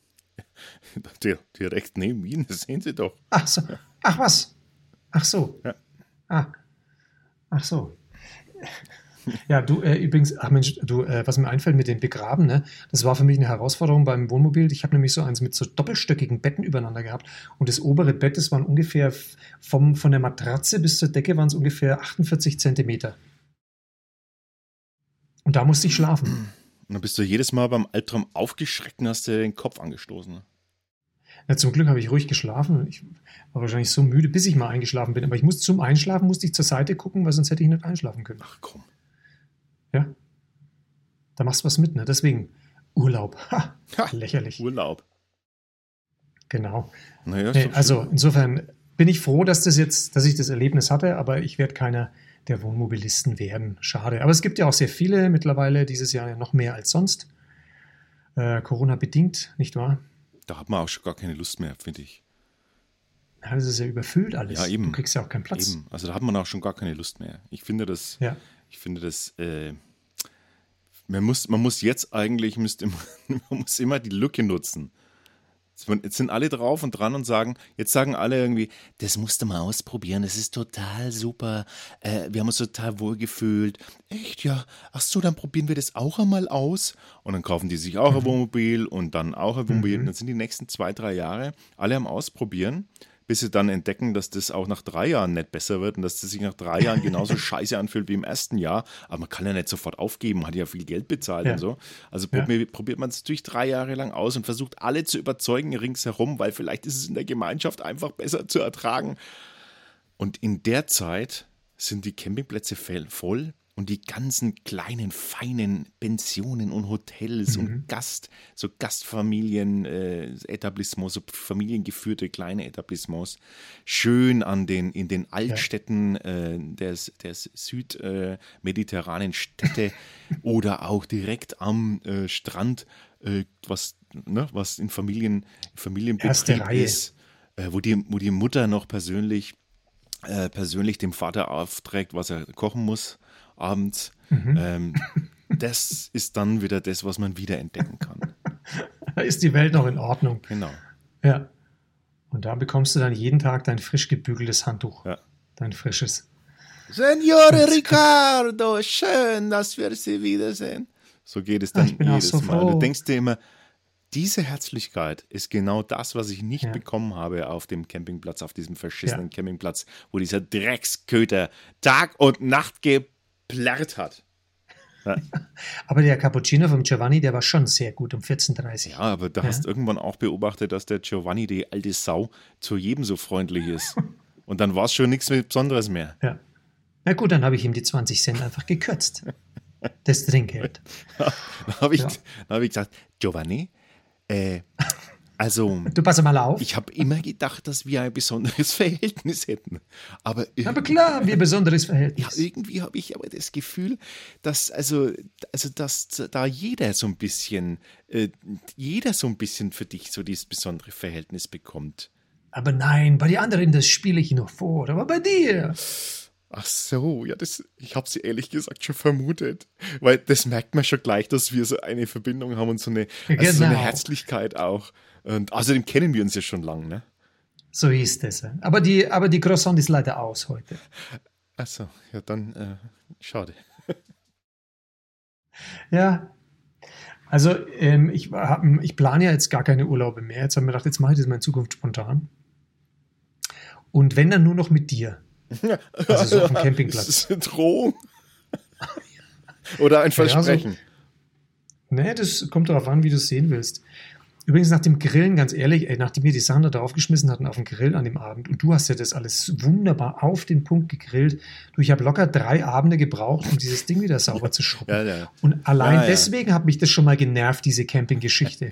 Der, direkt neben Ihnen, das sehen Sie doch. Ach so. Ach was? Ach so. Ja. Ah. Ach so. Ja, du, äh, übrigens, ach Mensch, du, äh, was mir einfällt mit dem Begraben, ne, das war für mich eine Herausforderung beim Wohnmobil. Ich habe nämlich so eins mit so doppelstöckigen Betten übereinander gehabt. Und das obere Bett, das waren ungefähr f- vom, von der Matratze bis zur Decke waren es ungefähr achtundvierzig Zentimeter. Und da musste ich schlafen. Und dann bist du jedes Mal beim Albtraum aufgeschreckt und hast dir den Kopf angestoßen. Ne? Ja, zum Glück habe ich ruhig geschlafen. Ich war wahrscheinlich so müde, bis ich mal eingeschlafen bin. Aber ich musste zum Einschlafen musste ich zur Seite gucken, weil sonst hätte ich nicht einschlafen können. Ach komm. Ja, da machst du was mit, ne? Deswegen Urlaub. Ha, Ha, lächerlich. Urlaub. Genau. Naja, Nee, also insofern bin ich froh, dass das jetzt, dass ich das Erlebnis hatte, aber ich werde keiner der Wohnmobilisten werden. Schade. Aber es gibt ja auch sehr viele mittlerweile, dieses Jahr ja noch mehr als sonst. Äh, Corona bedingt, nicht wahr? da hat man auch schon gar keine Lust mehr, finde ich. Ja, das ist ja überfüllt alles. Ja, eben. Du kriegst ja auch keinen Platz. Eben. Also da hat man auch schon gar keine Lust mehr. Ich finde das, Ja. ich finde das, äh, man muss, man muss jetzt eigentlich, müsste, man muss immer die Lücke nutzen. Jetzt sind alle drauf und dran und sagen, jetzt sagen alle irgendwie, das musst du mal ausprobieren, das ist total super, äh, wir haben uns total wohl gefühlt. Echt, ja, ach so, dann probieren wir das auch einmal aus. Und dann kaufen die sich auch ein Wohnmobil und dann auch ein Wohnmobil. Und dann sind die nächsten zwei, drei Jahre alle am Ausprobieren, bis sie dann entdecken, dass das auch nach drei Jahren nicht besser wird und dass das sich nach drei Jahren genauso scheiße anfühlt wie im ersten Jahr. Aber man kann ja nicht sofort aufgeben, man hat ja viel Geld bezahlt Ja. und so. Also Ja. probiert, probiert man es natürlich drei Jahre lang aus und versucht alle zu überzeugen ringsherum, weil vielleicht ist es in der Gemeinschaft einfach besser zu ertragen. Und in der Zeit sind die Campingplätze voll- voll und die ganzen kleinen, feinen Pensionen und Hotels und Gast, so Gastfamilien, äh, Etablissements, so familiengeführte kleine Etablissements, schön an den, in den Altstädten äh, der, der südmediterranen Städte oder auch direkt am äh, Strand, äh, was, ne, was in Familien, Familienbetrieb Erste Reihe. ist, äh, wo, die, wo die Mutter noch persönlich äh, persönlich dem Vater aufträgt, was er kochen muss abends. Ähm, das ist dann wieder das, was man wiederentdecken kann. Da ist die Welt noch in Ordnung. Genau. Ja. Und da bekommst du dann jeden Tag dein frisch gebügeltes Handtuch. Ja. Dein frisches. Signore Riccardo, schön, dass wir Sie wiedersehen. So geht es dann Ich bin auch jedes so Mal. froh. Du denkst dir immer, diese Herzlichkeit ist genau das, was ich nicht Ja. bekommen habe auf dem Campingplatz, auf diesem verschissenen Ja. Campingplatz, wo dieser Drecksköter Tag und Nacht geplärrt hat. Ja. Aber der Cappuccino vom Giovanni, der war schon sehr gut um vierzehn Uhr dreißig. Ja, aber du Ja. hast irgendwann auch beobachtet, dass der Giovanni, die alte Sau, zu jedem so freundlich ist. Und dann war es schon nichts Besonderes mehr. Ja. Na gut, dann habe ich ihm die zwanzig Cent einfach gekürzt. Das Trinkgeld. Dann habe ich, Ja. dann hab ich gesagt, Giovanni, äh, also Du pass mal auf. ich habe immer gedacht, dass wir ein besonderes Verhältnis hätten. Aber, ir- Aber klar, wir besonderes ja, Verhältnis. irgendwie habe ich aber das Gefühl, dass also, also dass da jeder so ein bisschen, äh, jeder so ein bisschen für dich so dieses besondere Verhältnis bekommt. Aber nein, bei den anderen, das spiele ich noch vor. Aber bei dir. Ach so, ja, das, ich habe sie ehrlich gesagt schon vermutet. Weil das merkt man schon gleich, dass wir so eine Verbindung haben und so eine, also so eine Genau. Herzlichkeit auch. Und außerdem kennen wir uns ja schon lang, ne? So ist es. Aber die, aber die Croissant ist leider aus heute. Ach so, ja, dann äh, schade. Ja. Also ähm, ich, hab, ich plane ja jetzt gar keine Urlaube mehr. Jetzt habe ich mir gedacht, jetzt mache ich das mal in Zukunft spontan. Und wenn dann nur noch mit dir. Also so auf dem Campingplatz. Das ist eine Drohung. Oder ein Versprechen. Ja, so, nee, das kommt darauf an, wie du es sehen willst. Übrigens nach dem Grillen, ganz ehrlich, ey, nachdem wir die Sachen da draufgeschmissen hatten auf den Grill an dem Abend und du hast ja das alles wunderbar auf den Punkt gegrillt. Du, ich habe locker drei Abende gebraucht, um dieses Ding wieder sauber zu schrubben. Ja, ja. Und allein ja, ja. deswegen hat mich das schon mal genervt, diese Campinggeschichte.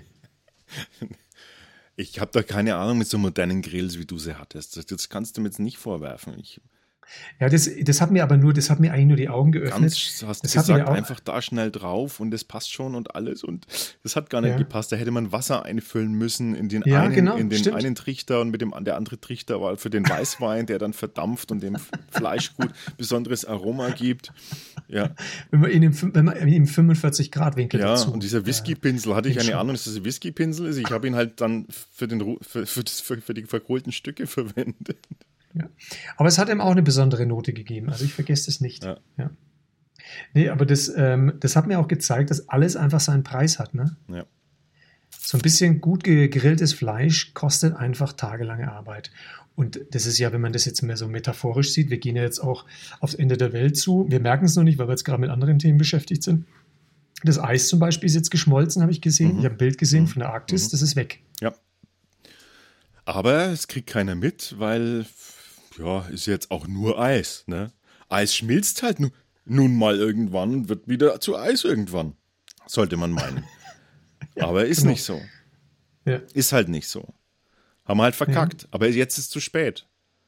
Ich habe doch keine Ahnung mit so modernen Grills, wie du sie hattest. Das, das kannst du mir jetzt nicht vorwerfen. Ich Ja, das, das hat mir aber nur, das hat mir eigentlich nur die Augen geöffnet. Ganz, hast das gesagt, hat mir auch, einfach da schnell drauf und das passt schon und alles und das hat gar nicht ja. gepasst. Da hätte man Wasser einfüllen müssen in den, Ja, einen, genau, in den stimmt. einen Trichter und mit dem der andere Trichter war für den Weißwein, der dann verdampft und dem Fleischgut besonderes Aroma gibt. Ja, wenn man in dem, wenn man im fünfundvierzig Grad Winkel ja dazu. und dieser Whiskypinsel, hatte ich eine schon. Ahnung, dass das ein Whiskypinsel ist. Ich habe ihn halt dann für, den, Ru- für, für, das, für, für die verkohlten Stücke verwendet. Ja. Aber es hat ihm auch eine besondere Note gegeben. Also ich vergesse es nicht. Ja. Ja. Nee, aber das, ähm, das hat mir auch gezeigt, dass alles einfach seinen Preis hat. Ne? Ja. So ein bisschen gut gegrilltes Fleisch kostet einfach tagelange Arbeit. Und das ist ja, wenn man das jetzt mehr so metaphorisch sieht, wir gehen ja jetzt auch aufs Ende der Welt zu. Wir merken es noch nicht, weil wir jetzt gerade mit anderen Themen beschäftigt sind. Das Eis zum Beispiel ist jetzt geschmolzen, habe ich gesehen. Mhm. Ich habe ein Bild gesehen Mhm. von der Arktis, Mhm. das ist weg. Ja. Aber es kriegt keiner mit, weil, ja, ist jetzt auch nur Eis, ne? Eis schmilzt halt nu, nun mal irgendwann und wird wieder zu Eis irgendwann. Sollte man meinen. Ja, Aber ist genau. nicht so. Ja. Ist halt nicht so. Haben wir halt verkackt. Ja. Aber jetzt ist es zu spät.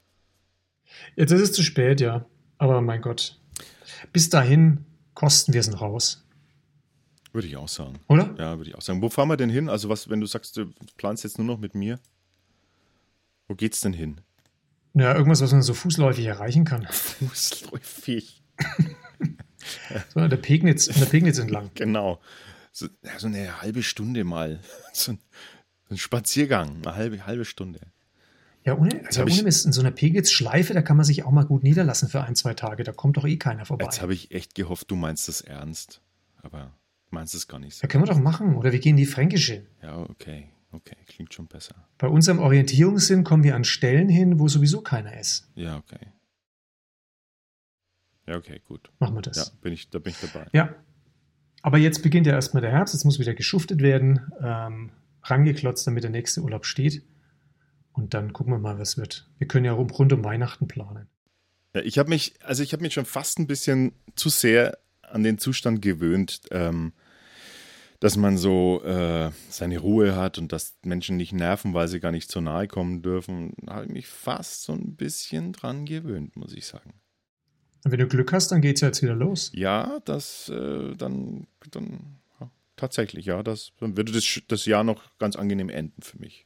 Jetzt ist es zu spät, ja. Aber mein Gott. Bis dahin kosten wir es noch raus. Würde ich auch sagen. Oder? Ja, würde ich auch sagen. Wo fahren wir denn hin? Also was, wenn du sagst, du planst jetzt nur noch mit mir? Wo geht's denn hin? Ja, irgendwas, was man so fußläufig erreichen kann. Fußläufig. So an der Pegnitz, an der Pegnitz entlang. Genau. So, ja, so eine halbe Stunde mal. So ein, so ein Spaziergang, eine halbe, halbe Stunde. Ja, ohne, also hab ohne ich- Mist, in so einer Pegnitz-Schleife, da kann man sich auch mal gut niederlassen für ein, zwei Tage. Da kommt doch eh keiner vorbei. Jetzt habe ich echt gehofft, du meinst das ernst. Aber du meinst es gar nicht so. Ja, können wir doch machen. Oder wir gehen in die Fränkische. Ja, okay. Okay, klingt schon besser. Bei unserem Orientierungssinn kommen wir an Stellen hin, wo sowieso keiner ist. Ja, okay. Ja, okay, gut. Machen wir das. Ja, bin ich, da bin ich dabei. Ja. Aber jetzt beginnt ja erstmal der Herbst, jetzt muss wieder geschuftet werden, ähm, rangeklotzt, damit der nächste Urlaub steht. Und dann gucken wir mal, was wird. Wir können ja rum, rund um Weihnachten planen. Ja, ich habe mich, also ich habe mich schon fast ein bisschen zu sehr an den Zustand gewöhnt, ähm, dass man so äh, seine Ruhe hat und dass Menschen nicht nerven, weil sie gar nicht so nahe kommen dürfen. Da habe ich mich fast so ein bisschen dran gewöhnt, muss ich sagen. Und wenn du Glück hast, dann geht es ja jetzt wieder los. Ja, das äh, dann, dann ja, tatsächlich, ja, das, dann würde das, das Jahr noch ganz angenehm enden für mich.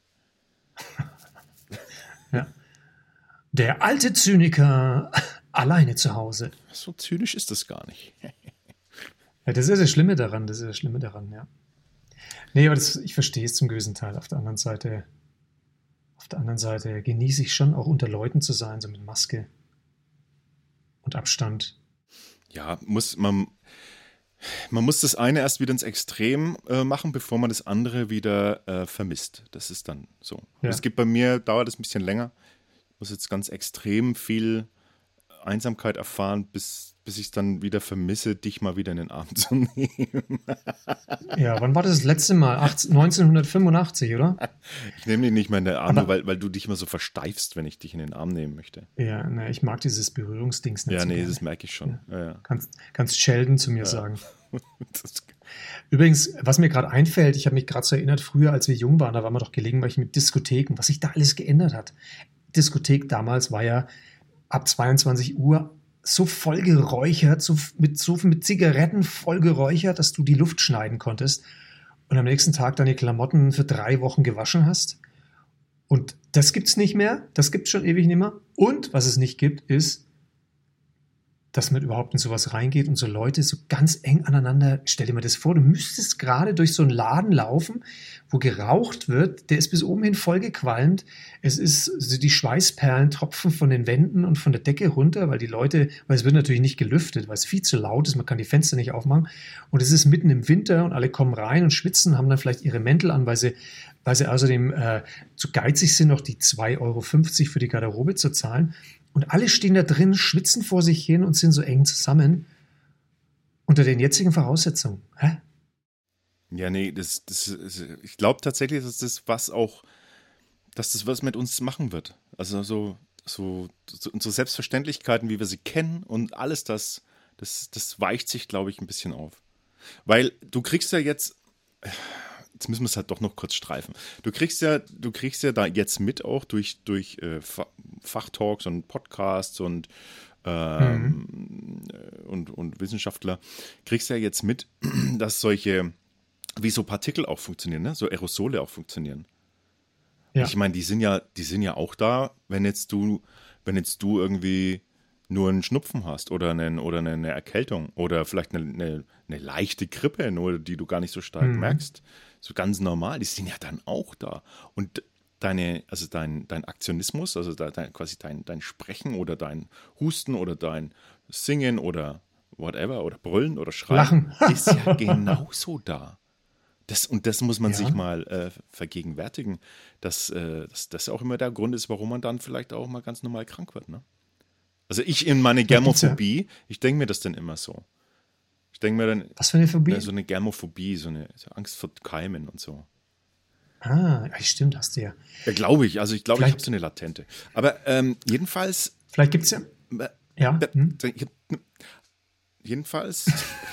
Ja. Der alte Zyniker alleine zu Hause. So zynisch ist das gar nicht. Ja, das ist ja das Schlimme daran, das ist ja das Schlimme daran, ja. Nee, aber das, ich verstehe es zum gewissen Teil. Auf der anderen Seite, auf der anderen Seite genieße ich schon auch unter Leuten zu sein, so mit Maske und Abstand. Ja, muss man, man muss das eine erst wieder ins Extrem äh, machen, bevor man das andere wieder äh, vermisst. Das ist dann so. Ja. Es gibt bei mir, dauert es ein bisschen länger. Ich muss jetzt ganz extrem viel Einsamkeit erfahren, bis, bis ich es dann wieder vermisse, dich mal wieder in den Arm zu nehmen. Ja, wann war das das letzte Mal? achtzehn neunzehnhundertfünfundachtzig, oder? Ich nehme dich nicht mehr in den Arm, Aber- weil, weil du dich immer so versteifst, wenn ich dich in den Arm nehmen möchte. Ja, ne, ich mag dieses Berührungsdings nicht Ja, so nee, gerne. das merke ich schon. Ja. Ja, Kannst, kannst Sheldon zu mir sagen. Das, Übrigens, was mir gerade einfällt, ich habe mich gerade so erinnert, früher, als wir jung waren, da waren wir doch gelegentlich mit Diskotheken, was sich da alles geändert hat. Diskothek damals war ja ab zweiundzwanzig Uhr so voll geräuchert, so f- mit, so mit Zigaretten voll geräuchert, dass du die Luft schneiden konntest und am nächsten Tag deine Klamotten für drei Wochen gewaschen hast. Und das gibt's nicht mehr, das gibt's schon ewig nicht mehr. Und was es nicht gibt, ist dass man überhaupt in sowas reingeht und so Leute so ganz eng aneinander. Stell dir mal das vor, du müsstest gerade durch so einen Laden laufen, wo geraucht wird, der ist bis oben hin vollgequalmt. Es ist so, die Schweißperlen tropfen von den Wänden und von der Decke runter, weil die Leute, weil es wird natürlich nicht gelüftet, weil es viel zu laut ist, man kann die Fenster nicht aufmachen. Und es ist mitten im Winter und alle kommen rein und schwitzen, haben dann vielleicht ihre Mäntel an, weil sie, weil sie außerdem äh, zu geizig sind, noch die zwei Euro fünfzig für die Garderobe zu zahlen. Und alle stehen da drin, schwitzen vor sich hin und sind so eng zusammen unter den jetzigen Voraussetzungen. Hä? Ja, nee, das, das, ich glaube tatsächlich, dass das was auch, dass das was mit uns machen wird. Also so, so, so unsere Selbstverständlichkeiten, wie wir sie kennen und alles das, das, das weicht sich, glaube ich, ein bisschen auf. Weil du kriegst ja jetzt, jetzt müssen wir es halt doch noch kurz streifen. Du kriegst ja, du kriegst ja da jetzt mit auch durch, durch äh, Fachtalks und Podcasts und, ähm, mhm. und, und Wissenschaftler, kriegst ja jetzt mit, dass solche, wie so Partikel auch funktionieren, ne? So Aerosole auch funktionieren. Ja. Ich meine, die sind ja, die sind ja auch da, wenn jetzt du, wenn jetzt du irgendwie nur einen Schnupfen hast oder, einen, oder eine Erkältung oder vielleicht eine, eine, eine leichte Grippe, nur die du gar nicht so stark mhm. merkst. So ganz normal, die sind ja dann auch da. Und deine, also dein, dein Aktionismus, also dein, quasi dein, dein Sprechen oder dein Husten oder dein Singen oder whatever oder Brüllen oder Schreien Lachen. ist ja genauso da. Das, und das muss man ja. sich mal äh, vergegenwärtigen, dass, äh, dass das auch immer der Grund ist, warum man dann vielleicht auch mal ganz normal krank wird. Ne? Also ich in meine Germophobie, ich denke mir das dann immer so. Ich denke mir dann, was für eine Phobie? Ja, so eine Germophobie, so eine so Angst vor Keimen und so. Ah, ja, stimmt, hast du ja. Ja, glaube ich. Also ich glaube, ich habe so eine latente. Aber ähm, jedenfalls. Vielleicht gibt es ja. Äh, ja. Äh, hm? Jedenfalls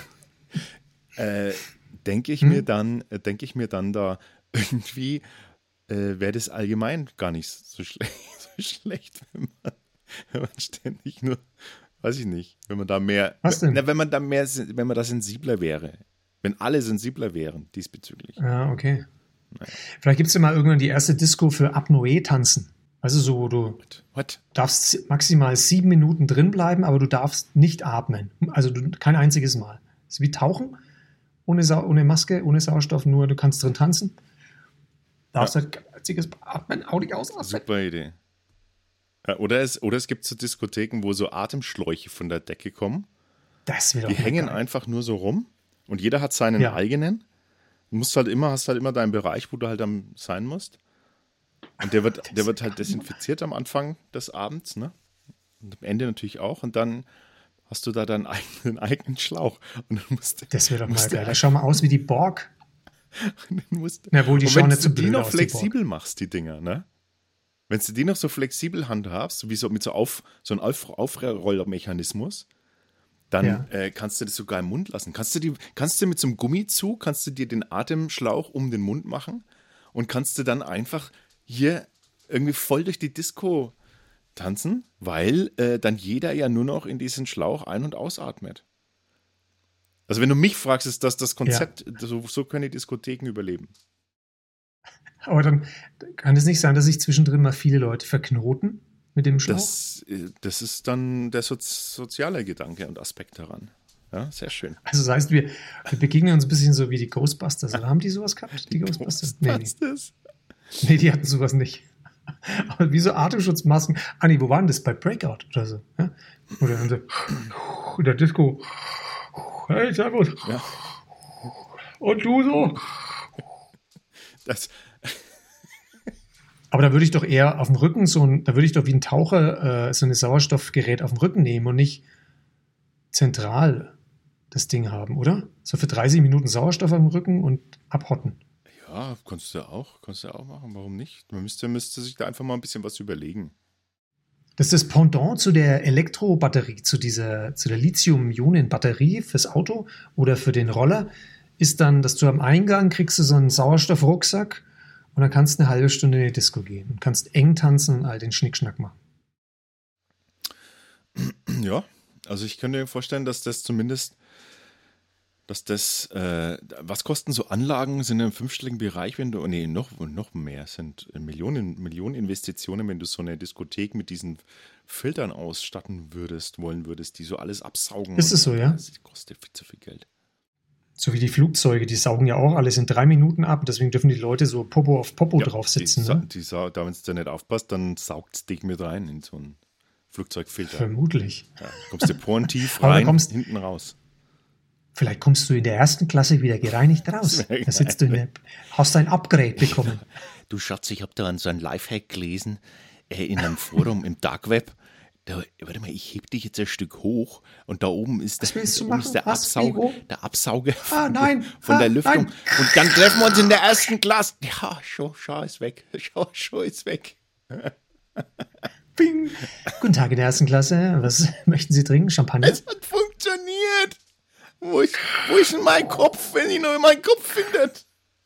äh, denke ich hm? mir dann, äh, denke ich mir dann da irgendwie äh, wäre das allgemein gar nicht so schlecht, so schlecht, wenn man, wenn man ständig nur, weiß ich nicht, wenn man da mehr, Was denn? Na, wenn man da mehr, wenn man da sensibler wäre, wenn alle sensibler wären diesbezüglich. Ah, okay. Naja. Vielleicht gibt es ja mal irgendwann die erste Disco für Apnoe-Tanzen. Also so, wo du What? What? darfst maximal sieben Minuten drin bleiben, aber du darfst nicht atmen. Also du, kein einziges Mal. Das ist wie Tauchen, ohne, Sa- ohne Maske, ohne Sauerstoff, nur du kannst drin tanzen. Darfst ja. halt kein einziges Mal atmen, auch nicht ausatmen. Super Idee. Ja, oder, es, oder es gibt so Diskotheken, wo so Atemschläuche von der Decke kommen. Das wird Die hängen geil. einfach nur so rum und jeder hat seinen Ja. eigenen. Du musst halt immer, hast halt immer deinen Bereich, wo du halt am sein musst. Und der wird, der wird halt desinfiziert am Anfang des Abends, ne? Und am Ende natürlich auch. Und dann hast du da deinen eigenen, eigenen Schlauch. Und dann musst, Das wird doch mal musst geil. Da schau mal aus wie die Borg. Und dann musst, Ja, wohl, die und schauen wenn nicht du so die blöd noch aus, die flexibel machst, die Dinger, ne? Wenn du die noch so flexibel handhabst, so wie so mit so, auf, so einem Auf, Aufrollmechanismus, dann Ja. äh, kannst du das sogar im Mund lassen. Kannst du, die, kannst du mit so einem Gummizug, kannst du dir den Atemschlauch um den Mund machen und kannst du dann einfach hier irgendwie voll durch die Disco tanzen, weil äh, dann jeder ja nur noch in diesen Schlauch ein- und ausatmet. Also wenn du mich fragst, ist das das Konzept, ja. so, so können die Diskotheken überleben. Aber dann kann es nicht sein, dass sich zwischendrin mal viele Leute verknoten mit dem Schlauch? Das, das ist dann der Sozi- soziale Gedanke und Aspekt daran. Ja, sehr schön. Also das heißt, wir, wir begegnen uns ein bisschen so wie die Ghostbusters. Oder haben die sowas gehabt? Die Ghostbusters? Ghostbusters? Nee, nee. nee, die hatten sowas nicht. Aber wie so Atemschutzmasken. Ah nee, wo waren das? Bei Breakout oder so. Ja? Oder dann so in der Disco. Hey, servus. Ja. Und du so? Das... Aber da würde ich doch eher auf dem Rücken so ein, da würde ich doch wie ein Taucher äh, so ein Sauerstoffgerät auf dem Rücken nehmen und nicht zentral das Ding haben, oder? So für dreißig Minuten Sauerstoff auf dem Rücken und abhotten. Ja, kannst du auch, kannst du auch machen. Warum nicht? Man müsste, müsste sich da einfach mal ein bisschen was überlegen. Das ist das Pendant zu der Elektrobatterie, zu dieser, zu der Lithium-Ionen-Batterie fürs Auto oder für den Roller, ist dann, dass du am Eingang kriegst du so einen Sauerstoffrucksack und dann kannst du eine halbe Stunde in die Disco gehen und kannst eng tanzen und all den Schnickschnack machen. Ja, also ich könnte mir vorstellen, dass das zumindest dass das, äh, was kosten so Anlagen, sind im fünfstelligen Bereich, wenn du, nee, noch, noch mehr, sind Millionen, Millionen Investitionen, wenn du so eine Diskothek mit diesen Filtern ausstatten würdest, wollen würdest, die so alles absaugen. Ist es so, ja? Das kostet viel zu viel Geld. So wie die Flugzeuge, die saugen ja auch alles in drei Minuten ab, deswegen dürfen die Leute so Popo auf Popo Ja, drauf sitzen. Die, Ne? die, die, da, wenn du nicht aufpasst, dann saugt es dich mit rein in so einen Flugzeugfilter. Vermutlich. Ja, kommst du porentief Aber da rein, kommst- hinten raus. Vielleicht kommst du in der ersten Klasse wieder gereinigt raus. Das wär Da sitzt du in der, hast ein Upgrade bekommen. Du Schatz, ich habe da an so ein Lifehack gelesen, äh, in einem Forum im Dark Web. Da, warte mal, ich heb dich jetzt ein Stück hoch und da oben ist, Was der, willst du da oben machen? ist der, Was? Absaug, Wie, wo? der Absauger Ah, von, nein. von Ah, der Lüftung. nein. Und dann treffen wir uns in der ersten Klasse. Ja, schon, schon ist weg. Schon, schon ist weg. Bing. Guten Tag in der ersten Klasse. Was möchten Sie trinken? Champagner? Es hat funktioniert. Wo ist, wo ist denn mein Kopf, wenn ich nur meinen Kopf findet?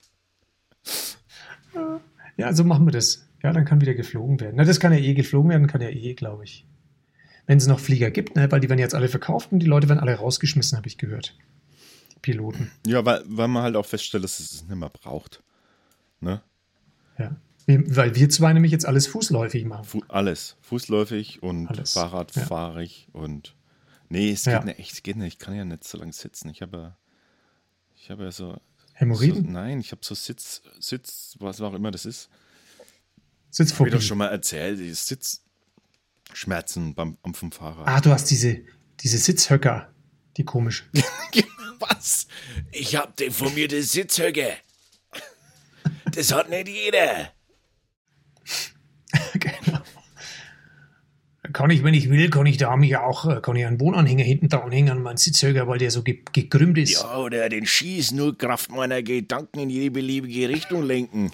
Ja, so machen wir das. Ja, dann kann wieder geflogen werden. Na, das kann ja eh geflogen werden, kann ja eh, glaube ich. Wenn es noch Flieger gibt, ne? Weil die werden jetzt alle verkauft und die Leute werden alle rausgeschmissen, habe ich gehört. Die Piloten. Ja, weil, weil man halt auch feststellt, dass es es nicht mehr braucht. Ne? Ja. Wir- Weil wir zwei nämlich jetzt alles fußläufig machen. Fu alles. Fußläufig und Alles, Fahrrad ja. fahre ich und nee, es Ja. geht nicht, echt, es geht nicht. Ich kann ja nicht so lange sitzen. Ich habe ja, ich habe ja so, so Hämorrhoiden? nein, ich habe so Sitz, Sitz, was auch immer das ist. Habe ich Sitzphobie. doch schon mal erzählt, die Sitzschmerzen beim am vom Fahrrad. Ah, du hast diese, diese Sitzhöcker, die komisch. Was? Ich habe deformierte Sitzhöcke. Das hat nicht jeder. Genau. Kann ich, wenn ich will, kann ich da mich auch, äh, kann ich einen Wohnanhänger hinten dran hängen an meinen Sitzhöcker, weil der so ge gekrümmt ist. Ja, oder den Schieß nur Kraft meiner Gedanken in jede beliebige Richtung lenken.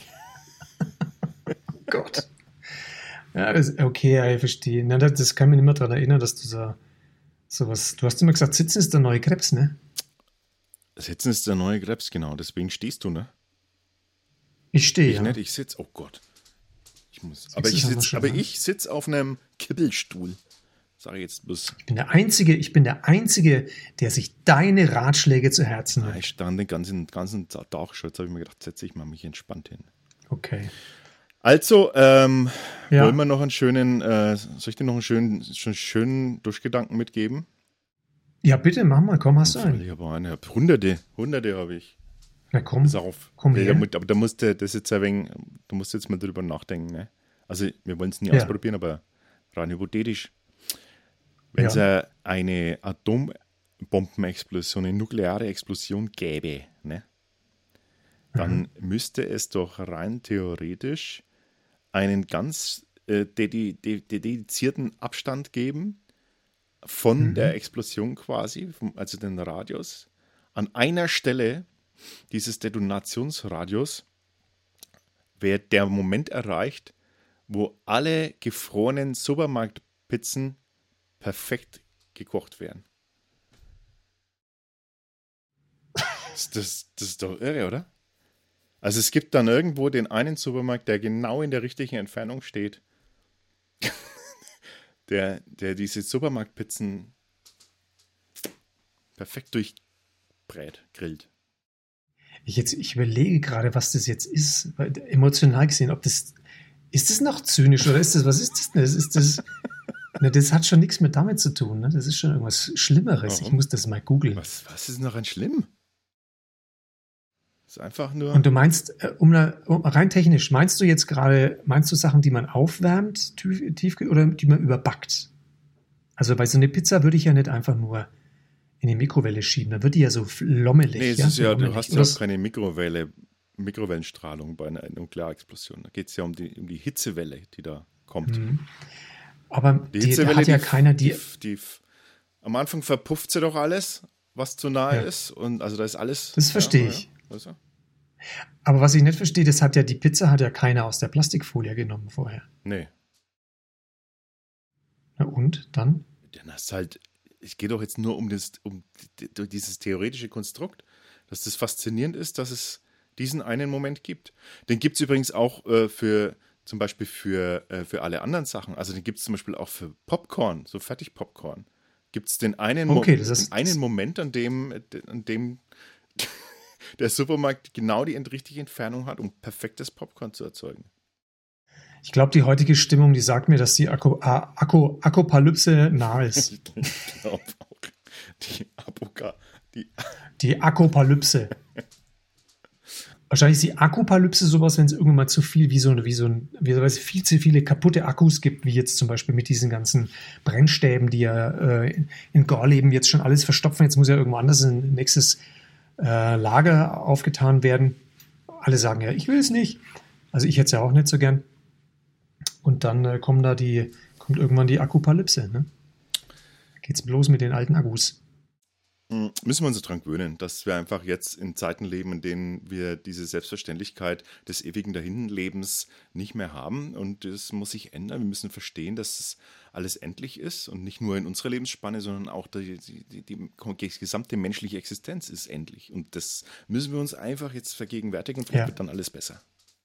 Gott. Ja, das, okay, ja, ich verstehe. Na, das, das kann mich nicht mehr daran erinnern, dass du so sowas. Du hast immer gesagt, Sitzen ist der neue Krebs, ne? Sitzen ist der neue Krebs, genau. Deswegen stehst du, ne? Ich stehe. Ich Ja. nicht, ich sitze. Oh Gott. Ich muss. Aber ich das haben wir sitze schon, aber ne? ich sitz auf einem Kippelstuhl. Sage ich jetzt bloß. Ich bin der Einzige, ich bin der Einzige, der sich deine Ratschläge zu Herzen Ah, nimmt. ich stand den ganzen, ganzen Tag schon. Jetzt habe ich mir gedacht, setze ich mal mich entspannt hin. Okay. Also, ähm, Ja. wollen wir noch einen schönen, äh, soll ich dir noch einen schönen, schon schönen Durchgedanken mitgeben? Ja, bitte, mach mal, komm, hast du einen. Ich habe eine, hab hunderte, hunderte habe ich. Na komm, Pass auf. komm Ja, her. da mu- aber da musst du, das jetzt ein wenig, du musst jetzt mal drüber nachdenken. Ne? Also, wir wollen es nie Ja. ausprobieren, aber rein hypothetisch. Wenn es Ja. ja eine Atombombenexplosion, eine nukleare Explosion gäbe, ne? dann Mhm. müsste es doch rein theoretisch einen ganz äh, dedi de de dedizierten Abstand geben von Mhm. der Explosion quasi, vom, also den Radius. An einer Stelle dieses Detonationsradius wäre der Moment erreicht, wo alle gefrorenen Supermarktpizzen perfekt gekocht werden. Das, das, das ist doch irre, oder? Also es gibt dann irgendwo den einen Supermarkt, der genau in der richtigen Entfernung steht, der, der diese Supermarktpizzen perfekt durchbrät, grillt. Ich, jetzt, ich überlege gerade, was das jetzt ist, weil, emotional gesehen, ob das, ist das noch zynisch oder ist das, was ist das denn? Das ist das, ne, das hat schon nichts mehr damit zu tun, ne? Das ist schon irgendwas Schlimmeres. Ich Warum? muss das mal googeln. Was, was ist noch an schlimm? Das ist einfach nur... Und du meinst, äh, um, eine, um rein technisch, meinst du jetzt gerade, meinst du Sachen, die man aufwärmt, tief, tief oder die man überbackt? Also bei so eine Pizza würde ich ja nicht einfach nur in die Mikrowelle schieben, dann wird die ja so lommelig. Nee, es ja, ist ja, du lommelig. hast ja Oder auch s- keine Mikrowelle, Mikrowellenstrahlung bei einer Nuklearexplosion. Da geht es ja um die, um die Hitzewelle, die da kommt. Mhm. Aber Die die, da Hitzewelle, hat ja die, keiner die. die, die, am Anfang verpufft sie doch alles, was zu nahe Ja. ist. Und also da ist alles. Das verstehe ja, ich. Ja, also. Aber was ich nicht verstehe, das hat ja die Pizza hat ja keiner aus der Plastikfolie genommen vorher. Nee. Na und dann? Dann hast du halt, es geht doch jetzt nur um, das, um die- die- dieses theoretische Konstrukt, dass das faszinierend ist, dass es diesen einen Moment gibt. Den gibt es übrigens auch äh, für, zum Beispiel für, äh, für alle anderen Sachen. Also den gibt es zum Beispiel auch für Popcorn, so Fertigpopcorn. Gibt es den einen, okay, Mo- das ist, den einen Moment, an dem, an dem der Supermarkt genau die richtige Entfernung hat, um perfektes Popcorn zu erzeugen? Ich glaube, die heutige Stimmung, die sagt mir, dass die Akku, Akku, Akopalypse nah ist. Ich glaube auch. Die Apoka, die, die Akopalypse. Wahrscheinlich ist die Akkupalypse sowas, wenn es irgendwann mal zu viel, wie so, wie so ein, wie so, weil es viel zu viele kaputte Akkus gibt, wie jetzt zum Beispiel mit diesen ganzen Brennstäben, die ja äh, in Gorleben jetzt schon alles verstopfen. Jetzt muss ja irgendwo anders ein nächstes äh, Lager aufgetan werden. Alle sagen ja, ich will es nicht. Also ich hätte es ja auch nicht so gern. Und dann äh, kommen da die, kommt irgendwann die Akkupalypse. Ne? Geht's bloß mit den alten Akkus. Müssen wir uns daran gewöhnen, dass wir einfach jetzt in Zeiten leben, in denen wir diese Selbstverständlichkeit des ewigen Dahinlebens nicht mehr haben. Und das muss sich ändern. Wir müssen verstehen, dass es alles endlich ist und nicht nur in unserer Lebensspanne, sondern auch die, die, die, die gesamte menschliche Existenz ist endlich. Und das müssen wir uns einfach jetzt vergegenwärtigen und vielleicht ja. wird dann alles besser.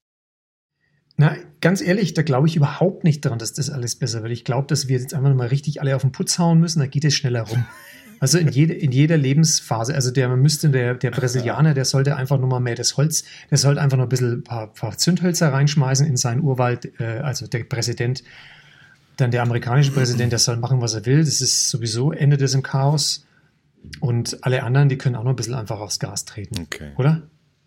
Na, ganz ehrlich, da glaube ich überhaupt nicht dran, dass das alles besser wird. Ich glaube, dass wir jetzt einfach mal richtig alle auf den Putz hauen müssen, da geht es schneller rum. Also in, jede, in jeder Lebensphase, also der man müsste, der, der Brasilianer, der sollte einfach nur mal mehr das Holz, der sollte einfach noch ein bisschen ein paar, paar Zündhölzer reinschmeißen in seinen Urwald, äh, also der Präsident, dann der amerikanische Präsident, der soll machen, was er will, das ist sowieso, endet es im Chaos und alle anderen, die können auch noch ein bisschen einfach aufs Gas treten, okay. Oder?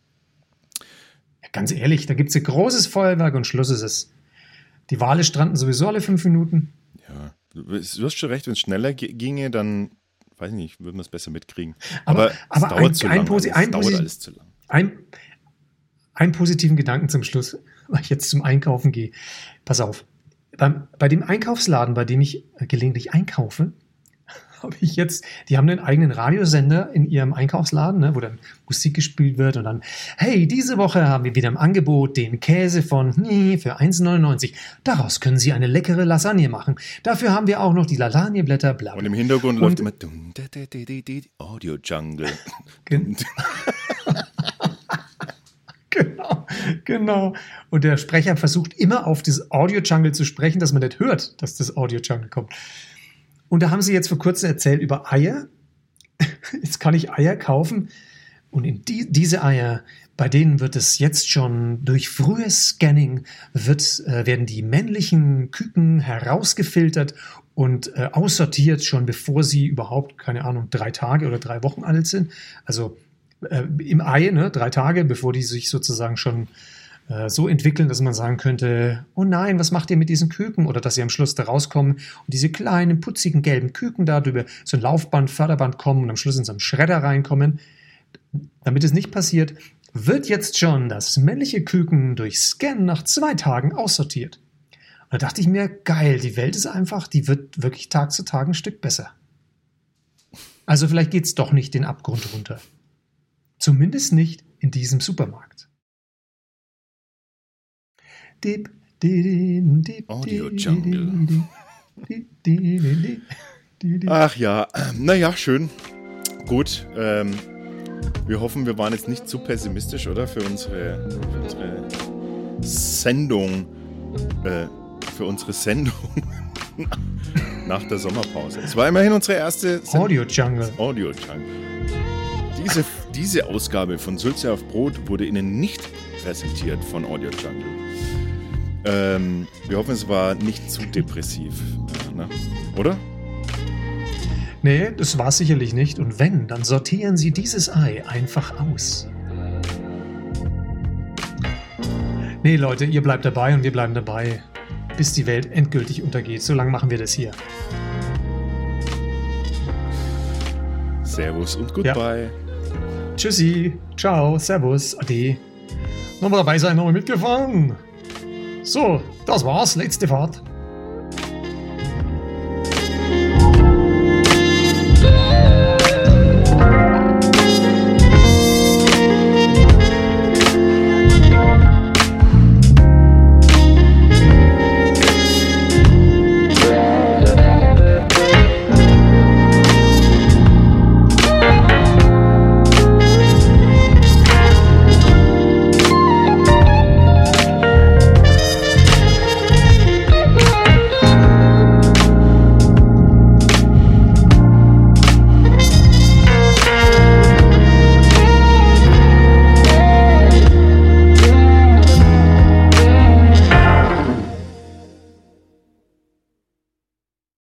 Ja, ganz ehrlich, da gibt es ein großes Feuerwerk und Schluss ist es. Die Wale stranden sowieso alle fünf Minuten. Ja, du hast schon recht, wenn es schneller g- ginge, dann weiß ich nicht, würden wir es besser mitkriegen. Aber, aber, aber es dauert ein, zu ein, lang. Posi- Es ein, dauert Posi- alles zu lang. Ein, einen positiven Gedanken zum Schluss, weil ich jetzt zum Einkaufen gehe. Pass auf, beim, bei dem Einkaufsladen, bei dem ich gelegentlich einkaufe, habe ich jetzt, die haben einen eigenen Radiosender in ihrem Einkaufsladen, ne, wo dann Musik gespielt wird und dann, hey, diese Woche haben wir wieder im Angebot den Käse von nee, für eins neunundneunzig. Daraus können Sie eine leckere Lasagne machen. Dafür haben wir auch noch die Lasagneblätter, bla, bla. Und im Hintergrund und, läuft immer dum, da, da, da, da, da, Audio Jungle. Gen- Genau, genau. Und der Sprecher versucht immer auf das Audio Jungle zu sprechen, dass man nicht hört, dass das Audio Jungle kommt. Und da haben sie jetzt vor kurzem erzählt über Eier. Jetzt kann ich Eier kaufen. Und in die, diese Eier, bei denen wird es jetzt schon durch frühes Scanning, wird, äh, werden die männlichen Küken herausgefiltert und äh, aussortiert, schon bevor sie überhaupt, keine Ahnung, drei Tage oder drei Wochen alt sind. Also äh, im Ei, ne, drei Tage, bevor die sich sozusagen schon äh, so entwickeln, dass man sagen könnte, oh nein, was macht ihr mit diesen Küken? Oder dass sie am Schluss da rauskommen und diese kleinen, putzigen, gelben Küken da über so ein Laufband, Förderband kommen und am Schluss in so einen Schredder reinkommen. Damit es nicht passiert, wird jetzt schon das männliche Küken durch Scan nach zwei Tagen aussortiert. Und da dachte ich mir, geil, die Welt ist einfach, die wird wirklich Tag zu Tag ein Stück besser. Also vielleicht geht es doch nicht den Abgrund runter. Zumindest nicht in diesem Supermarkt. Dip, dip, dip, Audio Jungle. Ach ja, naja, schön. Gut, ähm, wir hoffen, wir waren jetzt nicht zu pessimistisch, oder? Für unsere, für unsere Sendung, äh, für unsere Sendung nach der Sommerpause. Es war immerhin unsere erste Sendung. Audio Jungle. Audio Jungle. Diese, diese Ausgabe von Sülze auf Brot wurde Ihnen nicht präsentiert von Audio Jungle. Ähm, wir hoffen, es war nicht zu depressiv, äh, ne? Oder? Nee, das war sicherlich nicht. Und wenn, dann sortieren Sie dieses Ei einfach aus. Nee, Leute, ihr bleibt dabei und wir bleiben dabei, bis die Welt endgültig untergeht. So lange machen wir das hier. Servus und Goodbye. Ja. Tschüssi, ciao, servus, ade. Nochmal dabei sein, nochmal mitgefahren. So, das war's, letzte Fahrt.